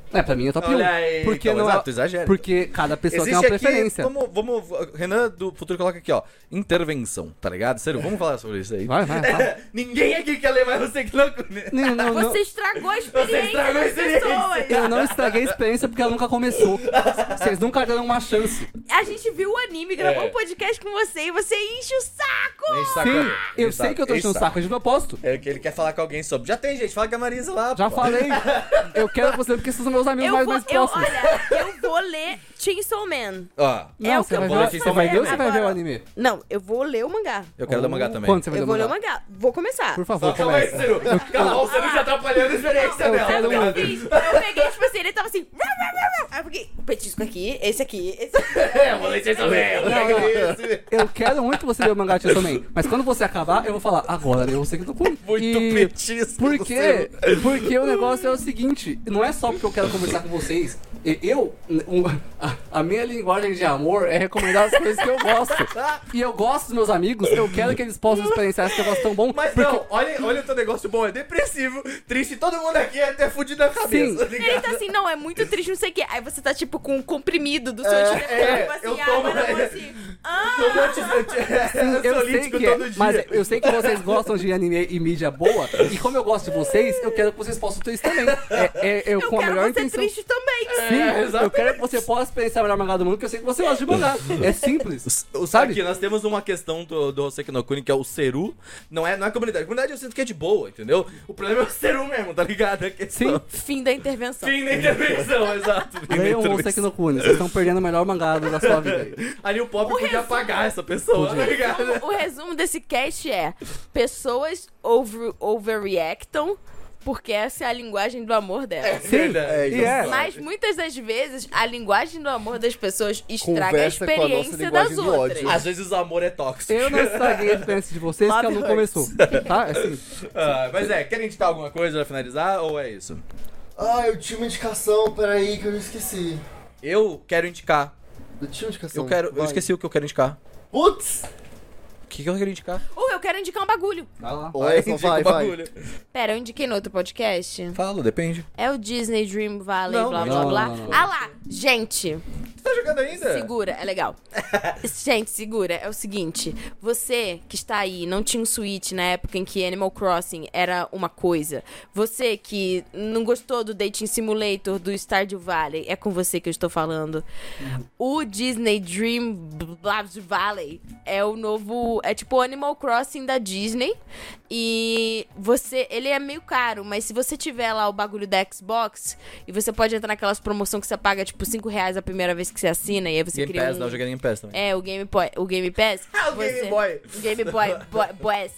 Pra mim é top 1. Olha aí, Porque então, não exato, exagera. Porque cada pessoa Existe tem uma aqui, preferência. Vamos, Renan do Futuro coloca aqui, ó, intervenção, tá ligado? Sério, vamos falar sobre isso aí. Vai. Ninguém aqui quer levar você que não... Você estragou a experiência estragou a das experiência. pessoas. Eu não estraguei a experiência porque ela nunca começou. Vocês nunca deram uma chance. A gente viu o anime, gravou um podcast com você e você enche o saco. Sim, eu sei que eu tô enchendo o saco de propósito. É que ele quer falar com alguém sobre. Já tem gente, fala com a Marisa lá. Já pô. falei. Eu quero você porque vocês são meus amigos mais próximos. Eu vou ler Chainsaw Man. Ó, Não, o que você eu vai vou ver, fazer você vai ver ou você vai ver o agora. anime? Não, eu vou ler o mangá. eu quero ler mangá também. Quando você vai Eu ler vou ler o o mangá? mangá. Vou começar. Por favor, Calma aí, comece. Ciro. Calma, você não já atrapalhando a experiência Eu dela. quero tá um- ligado? Eu peguei, tipo assim, ele tava assim. Aí eu peguei o petisco aqui, esse aqui, esse aqui. Eu vou ler isso também. Eu quero muito que você ler o mangá de Chainsaw Man, mas quando você acabar, eu vou falar, agora eu sei que eu tô com. Muito petisco. Por do quê? Ciro. Porque o negócio é o seguinte, não é só porque eu quero conversar com vocês. A minha linguagem de amor é recomendar as coisas que eu gosto. E eu gosto dos meus amigos, eu quero que eles possam experienciar esse negócio tão bom. Mas não, olha o teu negócio bom, é depressivo, triste, todo mundo aqui é até fudido na cabeça. Sim. tá Ele ligado? tá assim, não, é muito triste, não sei o quê. Aí você tá, tipo, com um comprimido do seu antidepressivo, assim, eu tomo, mas eu vou assim. Eu sei ansiolítico que todo é, dia. mas eu sei que vocês gostam de anime e mídia boa, e como eu gosto de vocês, eu quero que vocês possam ter isso também. Eu Eu com a quero melhor você intenção. triste também. Sim, eu quero que você possa experienciar o melhor mangá do mundo, porque eu sei que você gosta de mangá. É simples. Sabe que nós temos uma questão do Hoseki no Kuni, que é o Seru. Não é a comunidade. A comunidade eu sinto que é de boa, entendeu? O problema é o Seru mesmo, tá ligado? A questão. Sim. Fim da intervenção. Fim da intervenção, exato. Fim da Leiam o intervenção. Hoseki no Kuni, vocês estão perdendo o melhor mangá da sua vida aí. Ali o pop podia resumo- apagar essa pessoa, tá ligado? O resumo desse cast é: pessoas overreactam porque essa é a linguagem do amor delas. Sim, verdade. e é. Mas muitas das vezes a linguagem do amor das pessoas estraga Conversa a com a nossa experiência linguagem das do outras. ódio. Às vezes o amor é tóxico. Eu não estraguei a experiência de vocês, porque ela não Love começou. Tá? É assim. Mas querem indicar alguma coisa pra finalizar ou é isso? Ah, eu tinha uma indicação, peraí, que eu esqueci. Eu quero indicar. Eu tinha uma indicação. Eu vai. esqueci o que eu quero indicar. Putz! O que eu quero indicar? Eu quero indicar um bagulho. Vai lá. Olha, Indica vai, o vai. bagulho. Pera, eu indiquei no outro podcast? Falo, depende. É o Disney Dream Valley, Não, blá não, blá não, blá. não, não. Ah lá, gente, Você tá jogando ainda? segura, é legal. Gente, segura, é o seguinte. Você que está aí, não tinha um Switch na época em que Animal Crossing era uma coisa. Você que não gostou do Dating Simulator do Stardew Valley, é com você que eu estou falando. O Disney Dream Valley é o novo... É tipo o Animal Crossing da Disney. E ele é meio caro, mas se você tiver lá o bagulho da Xbox, e você pode entrar naquelas promoções que você paga tipo R$5 a primeira vez que você assina, e aí você Game cria Pass, dá o jogo Game Pass também. É, o Game Pass. O Game Boy. O Game Boy. Boys.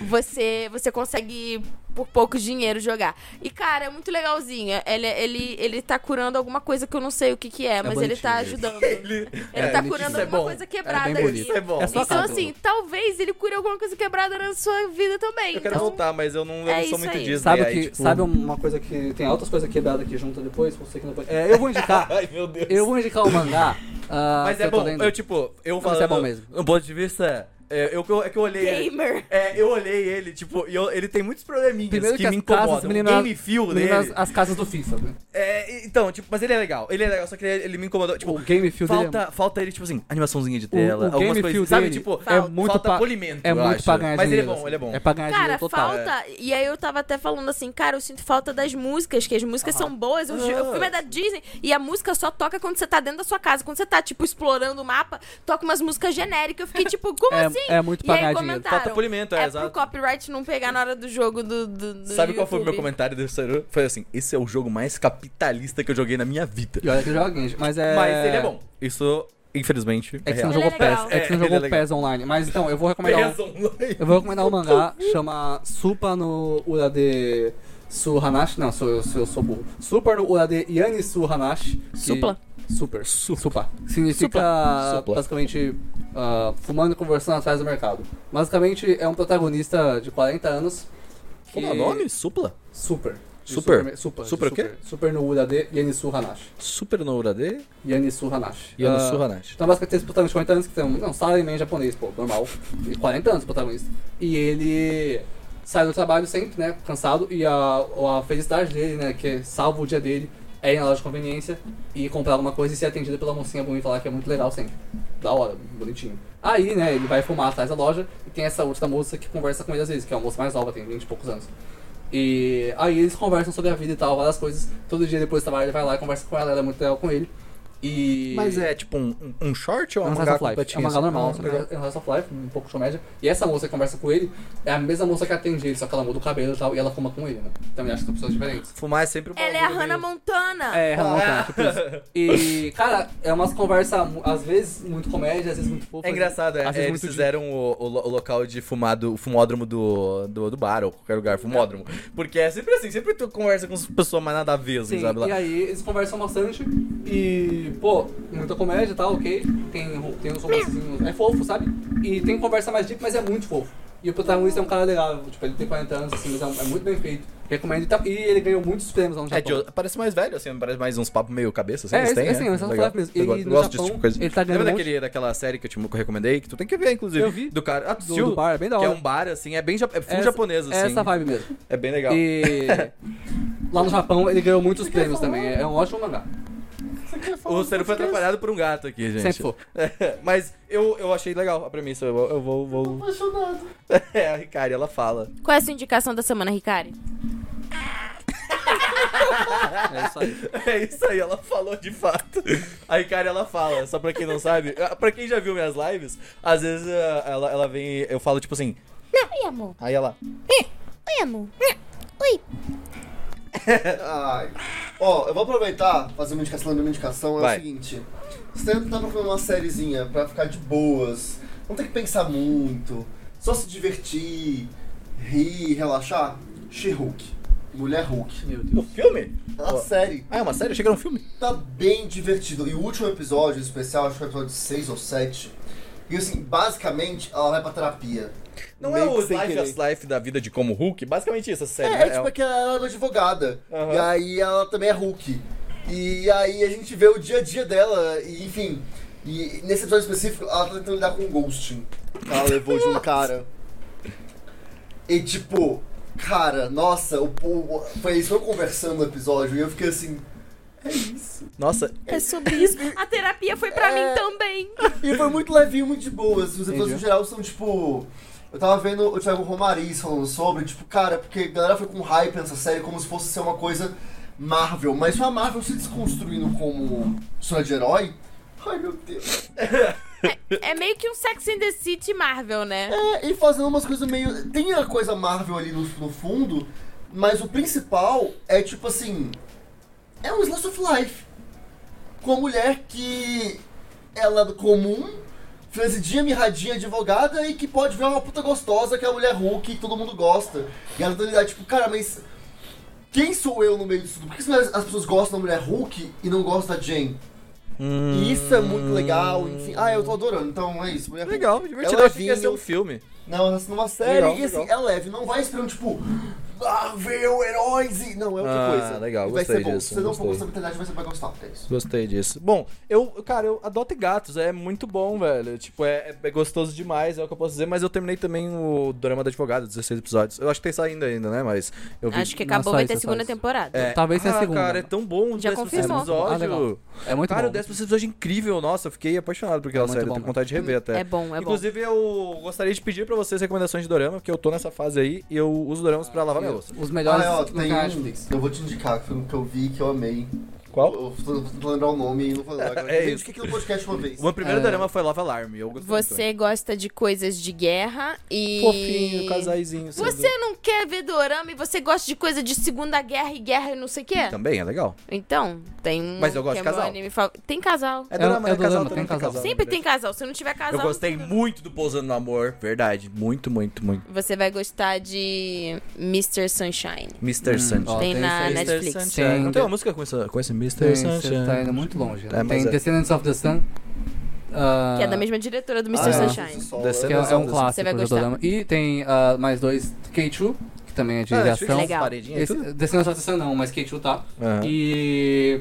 Você consegue por pouco dinheiro jogar. E, cara, é muito legalzinho. Ele tá curando alguma coisa que eu não sei o que é, mas ele tá ajudando. Ele tá curando isso é alguma bom. coisa quebrada É bem aqui. bonito. Isso é bom. É só Então, casa. assim, talvez ele cure alguma coisa quebrada na sua vida também. Eu quero Então, voltar, mas eu não é sou isso muito aí. Disney. Sabe, aí, tipo... sabe uma coisa que tem outras coisas quebradas aqui junto depois? Você que não pode... Eu vou indicar. Ai, meu Deus. Eu vou indicar o mangá. Mas que é eu tô bom, lendo. eu Mas falando... é bom mesmo. Do ponto de vista... É que eu olhei ele. Gamer. Eu olhei ele, tipo, e ele tem muitos probleminhas Primeiro que que me as casas incomodam. me O lembram game feel me lembram dele. as casas do FIFA, né? Então, tipo, mas ele é legal, só que ele me incomodou. Tipo, O game feel dele falta ele, tipo assim, animaçãozinha de tela, o algumas game coisas, feel sabe? dele Tipo, é muito falta pra- polimento, é eu muito acho. pra ganhar Mas dinheiro. ele é bom, ele é bom. É pra ganhar Cara, dinheiro total. falta. E aí eu tava até falando assim, cara, eu sinto falta das músicas, que as músicas são boas. O filme é da Disney e a música só toca quando você tá dentro da sua casa. Quando você tá, tipo, explorando o mapa, toca umas músicas genéricas. Eu fiquei tipo, como assim? É muito E pra aí ganhar dinheiro. comentaram, Falta polimento, é exato. pro copyright não pegar na hora do jogo do Sabe qual foi o meu YouTube. comentário do Seru? Foi assim, esse é o jogo mais capitalista que eu joguei na minha vida. E olha que joga Genji, mas é... Mas ele é bom. Isso, infelizmente, É que você não Ele é jogou legal. PES. É que você não ele é jogou legal. PES online. Mas então, eu vou recomendar um mangá, chama Supa no Urade Suhanashi. Não, eu sou burro. Super no Urade Yani Suhanashi. Supla? Supa. Significa, Supla. basicamente, fumando e conversando atrás do mercado. Basicamente, é um protagonista de 40 anos. Como é o nome? Supla? Super. Super? Super. Super o quê? Super no Urade Yani Suhanashi. Super no Urade Yani Suhanashi. e no Hanashi. Então, basicamente, esse protagonista de 40 anos que tem um salaryman japonês, pô, normal. E 40 anos, protagonista. E ele sai do trabalho sempre, né, cansado, e a felicidade dele, né, que salva o dia dele, é ir na loja de conveniência e comprar alguma coisa e ser atendida pela mocinha bonita lá, que é muito legal sempre. Da hora, bonitinho. Aí, né, ele vai fumar atrás da loja e tem essa outra moça que conversa com ele às vezes, que é uma moça mais nova, tem 20 e poucos anos. E aí eles conversam sobre a vida e tal, várias coisas. Todo dia depois do trabalho ele vai lá e conversa com ela é muito legal com ele. E... Mas é tipo um short ou é um um mangá completinho? É um mangá normal, é um Slice of Life, um pouco comédia. E essa moça que conversa com ele é a mesma moça que atende ele, só que ela muda o cabelo e tal, e ela fuma com ele, né? Também acho que são pessoas diferentes. Fumar é sempre um Ela é a Hannah Montana. É, Hannah Montana, tipo isso. E, cara, é umas conversas, às vezes muito comédia, às vezes muito fofas. É engraçado, eles fizeram o local de fumado, o fumódromo do bar, ou qualquer lugar, fumódromo. Porque é sempre assim, sempre tu conversa com as pessoas mais nada a ver, assim, Sim, sabe? Lá. E aí eles conversam bastante e, pô, muita comédia e tal, ok. Tem uns romancezinhos, é fofo, sabe? E tem conversa mais deep, mas é muito fofo. E o protagonista é um cara legal, tipo, ele tem 40 anos, assim, mas é muito bem feito. Recomendo e tal. E ele ganhou muitos prêmios lá no Japão. Parece mais velho, assim, parece mais uns papos meio cabeça, assim, é, eles têm, assim, é legal. mesmo. Eu gosto desse tipo de coisa. Ele tá ganhando Lembra daquela série que eu te recomendei, que tu tem que ver, inclusive? Eu vi. Do cara, do bar, é bem da hora. Que é um bar, assim, é bem filme japonês, assim. É essa vibe mesmo. É bem legal. E lá no Japão ele ganhou muitos prêmios também. É um ótimo mangá. O Seru foi atrapalhado por um gato aqui, gente. Sempre for. Mas eu achei legal a premissa. Eu vou. Tô apaixonado. É, a Ricari, ela fala. Qual é a sua indicação da semana, Ricari? É isso aí. É isso aí, ela falou de fato. A Ricari, ela fala, só pra quem não sabe. Pra quem já viu minhas lives, às vezes ela vem. Eu falo tipo assim. Oi, amor. Aí ela. Oi, amor. Oi. Ai. Ó, eu vou aproveitar, fazer uma indicação da minha indicação. É Vai. o seguinte: você tá procurando uma sériezinha pra ficar de boas, não tem que pensar muito, só se divertir, rir, relaxar. She-Hulk. Mulher Hulk. Meu O Deus. filme? É uma série. Ah, é uma série? Eu achei que era um filme. Tá bem divertido. E o último episódio especial, acho que foi o episódio 6 ou 7. E assim, basicamente, ela vai pra terapia. Não é Meio o que sem Life querer. as Life da vida de como Hulk? Basicamente isso, essa série, É, né? tipo que ela é uma advogada. Aham. E aí ela também é Hulk. E aí a gente vê o dia a dia dela, e enfim. E nesse episódio específico, ela tá tentando lidar com um ghosting que ela levou de um cara. E tipo, cara, nossa, foi isso, eu conversando no episódio, e eu fiquei assim. É isso. Nossa, É sobre isso. A terapia foi pra mim também. E foi muito levinho, muito de boas. Os episódios Entendi. no geral são tipo. Eu tava vendo o Thiago Romariz falando sobre, tipo, cara, porque a galera foi com hype nessa série como se fosse ser uma coisa Marvel, mas se a Marvel se desconstruindo como história de herói, ai meu Deus. É meio que um Sex and the City Marvel, né? É, e fazendo umas coisas meio. Tem a coisa Marvel ali no fundo, mas o principal é tipo assim. É um slice of life. Com uma mulher que ela é comum, franzidinha, mirradinha, advogada e que pode ver uma puta gostosa que é a mulher Hulk que todo mundo gosta. E ela tá ligada, tipo, cara, mas quem sou eu no meio disso tudo? Por que as pessoas gostam da mulher Hulk e não gostam da Jane? E isso é muito legal, enfim. Ah, eu tô adorando, então é isso. Mulher Hulk. legal, divertido. É Eu achei que ia ser levinho. um filme. Não, essa numa série, Legal, e assim, legal. é leve, não vai esperando, tipo, Marvel, heróis e. Não, é outra coisa. legal, E vai gostei ser bom. disso, Se você não for gostei. gostar da mentalidade, você vai gostar, é isso. Gostei disso. Bom, eu adote gatos, é muito bom, velho. Tipo, é gostoso demais, é o que eu posso dizer, mas eu terminei também o Dorama da Advogada, 16 episódios. Eu acho que tem saindo ainda, né? Mas eu vi. Acho que acabou, Não, vai só ter isso, segunda só isso. temporada. É. Talvez tenha a segunda. Cara, é tão bom o Já 10º confirmou. episódio. Ah, legal. É muito Cara, bom. o 10º episódio é incrível, nossa, eu fiquei apaixonado por aquela muito série, bom, eu tenho mano. vontade de rever até. É bom, é bom. Inclusive, eu gostaria de pedir pra vocês recomendações de Dorama, porque eu tô nessa fase aí e eu uso Doramas pra lavar minha louça. Os melhores Ah, ó, no tem canal um Netflix. que eu vou te indicar, que foi um que eu vi que eu amei. Qual? Eu tô tentando lembrar o nome e não vou lembrar. Agora. É Eu isso. indiquei aqui no podcast uma vez. O meu primeiro Dorama foi Love Alarm, eu gostei muito. Você gosta de coisas de guerra e... Fofinho, casaizinho. Você não quer ver dorama e você gosta de coisa de Segunda Guerra e guerra e não sei o quê? Também é legal. Então, tem um... Mas eu gosto que de é meu casal. anime Tem casal. É Dorama, é é casal dorama, também, tem casal. Sempre tem casal. Se não tiver casal... Eu gostei muito do Pousando no Amor, verdade. Muito, muito, muito. Você vai gostar de Mr. Sunshine. Mr. Sunshine. ó, Tem na esse aí. Netflix. Mr. Sunshine. Tem- Não tem uma música com esse Mr. Tem, Sunshine? você tá indo muito longe. É, mas Tem é- Descendants of the Sun. Que é da mesma diretora do Mr. Ah, é. Sunshine. Descendo- Que é um Você clássico vai do gostar. dorama. E tem mais dois, K2, que também é de Ah, ação. Legal. Paredinha e tudo? Descendants of the Sun não, mas K2 tá. Aham. E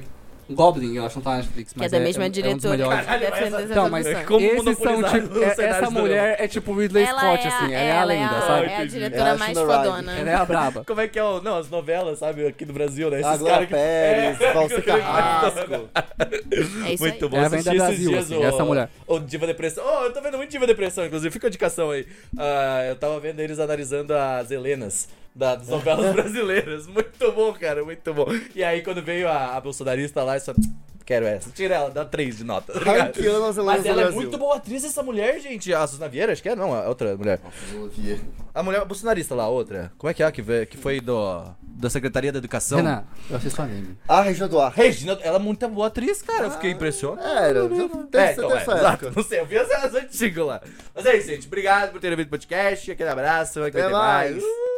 Goblin, eu acho que não tá na Netflix, Que mas é da mesma um dos diretora melhores. que defende essa Então, mas produção. Como esses são, monopolizar tipo, os cenários essa do- mulher é tipo Ridley Scott, assim, ela é a lenda, sabe? É a É diretora a mais Shonda Rhimes. fodona. Ela é a braba. Como é que é o... Não, as novelas, sabe, aqui do Brasil, né? A Esses Glória caras que... Pérez, Valci É. Carrasco. É isso Muito aí. bom. É a Assisti Venda esses Brasil, dias assim, essa mulher. o Diva Depressão. Oh, eu tô vendo muito Diva Depressão, inclusive. Fica a indicação aí. Eu tava vendo eles analisando as Helenas das novelas brasileiras. Muito bom, cara, muito bom. E aí, quando veio a bolsonarista lá, só... Quero essa. Tira ela, dá 3 de nota. Tá ligado? Ranqueando as Mas Helenas do ela é Brasil. muito boa atriz, essa mulher, gente. A Suzana Vieira, acho que é? Não, a outra mulher. A mulher bolsonarista lá, a outra. Como é que é? Que foi da Secretaria da Educação? Renan, eu assisto anime. A Regina Duarte. Regina, ela é muito boa atriz, cara. Eu fiquei impressionado. Era, já deve ser dessa exato. época. Não sei, eu vi as antigas lá. Mas é isso, gente. Obrigado por terem vindo no podcast. Aquele abraço. Vai Até ter mais. mais.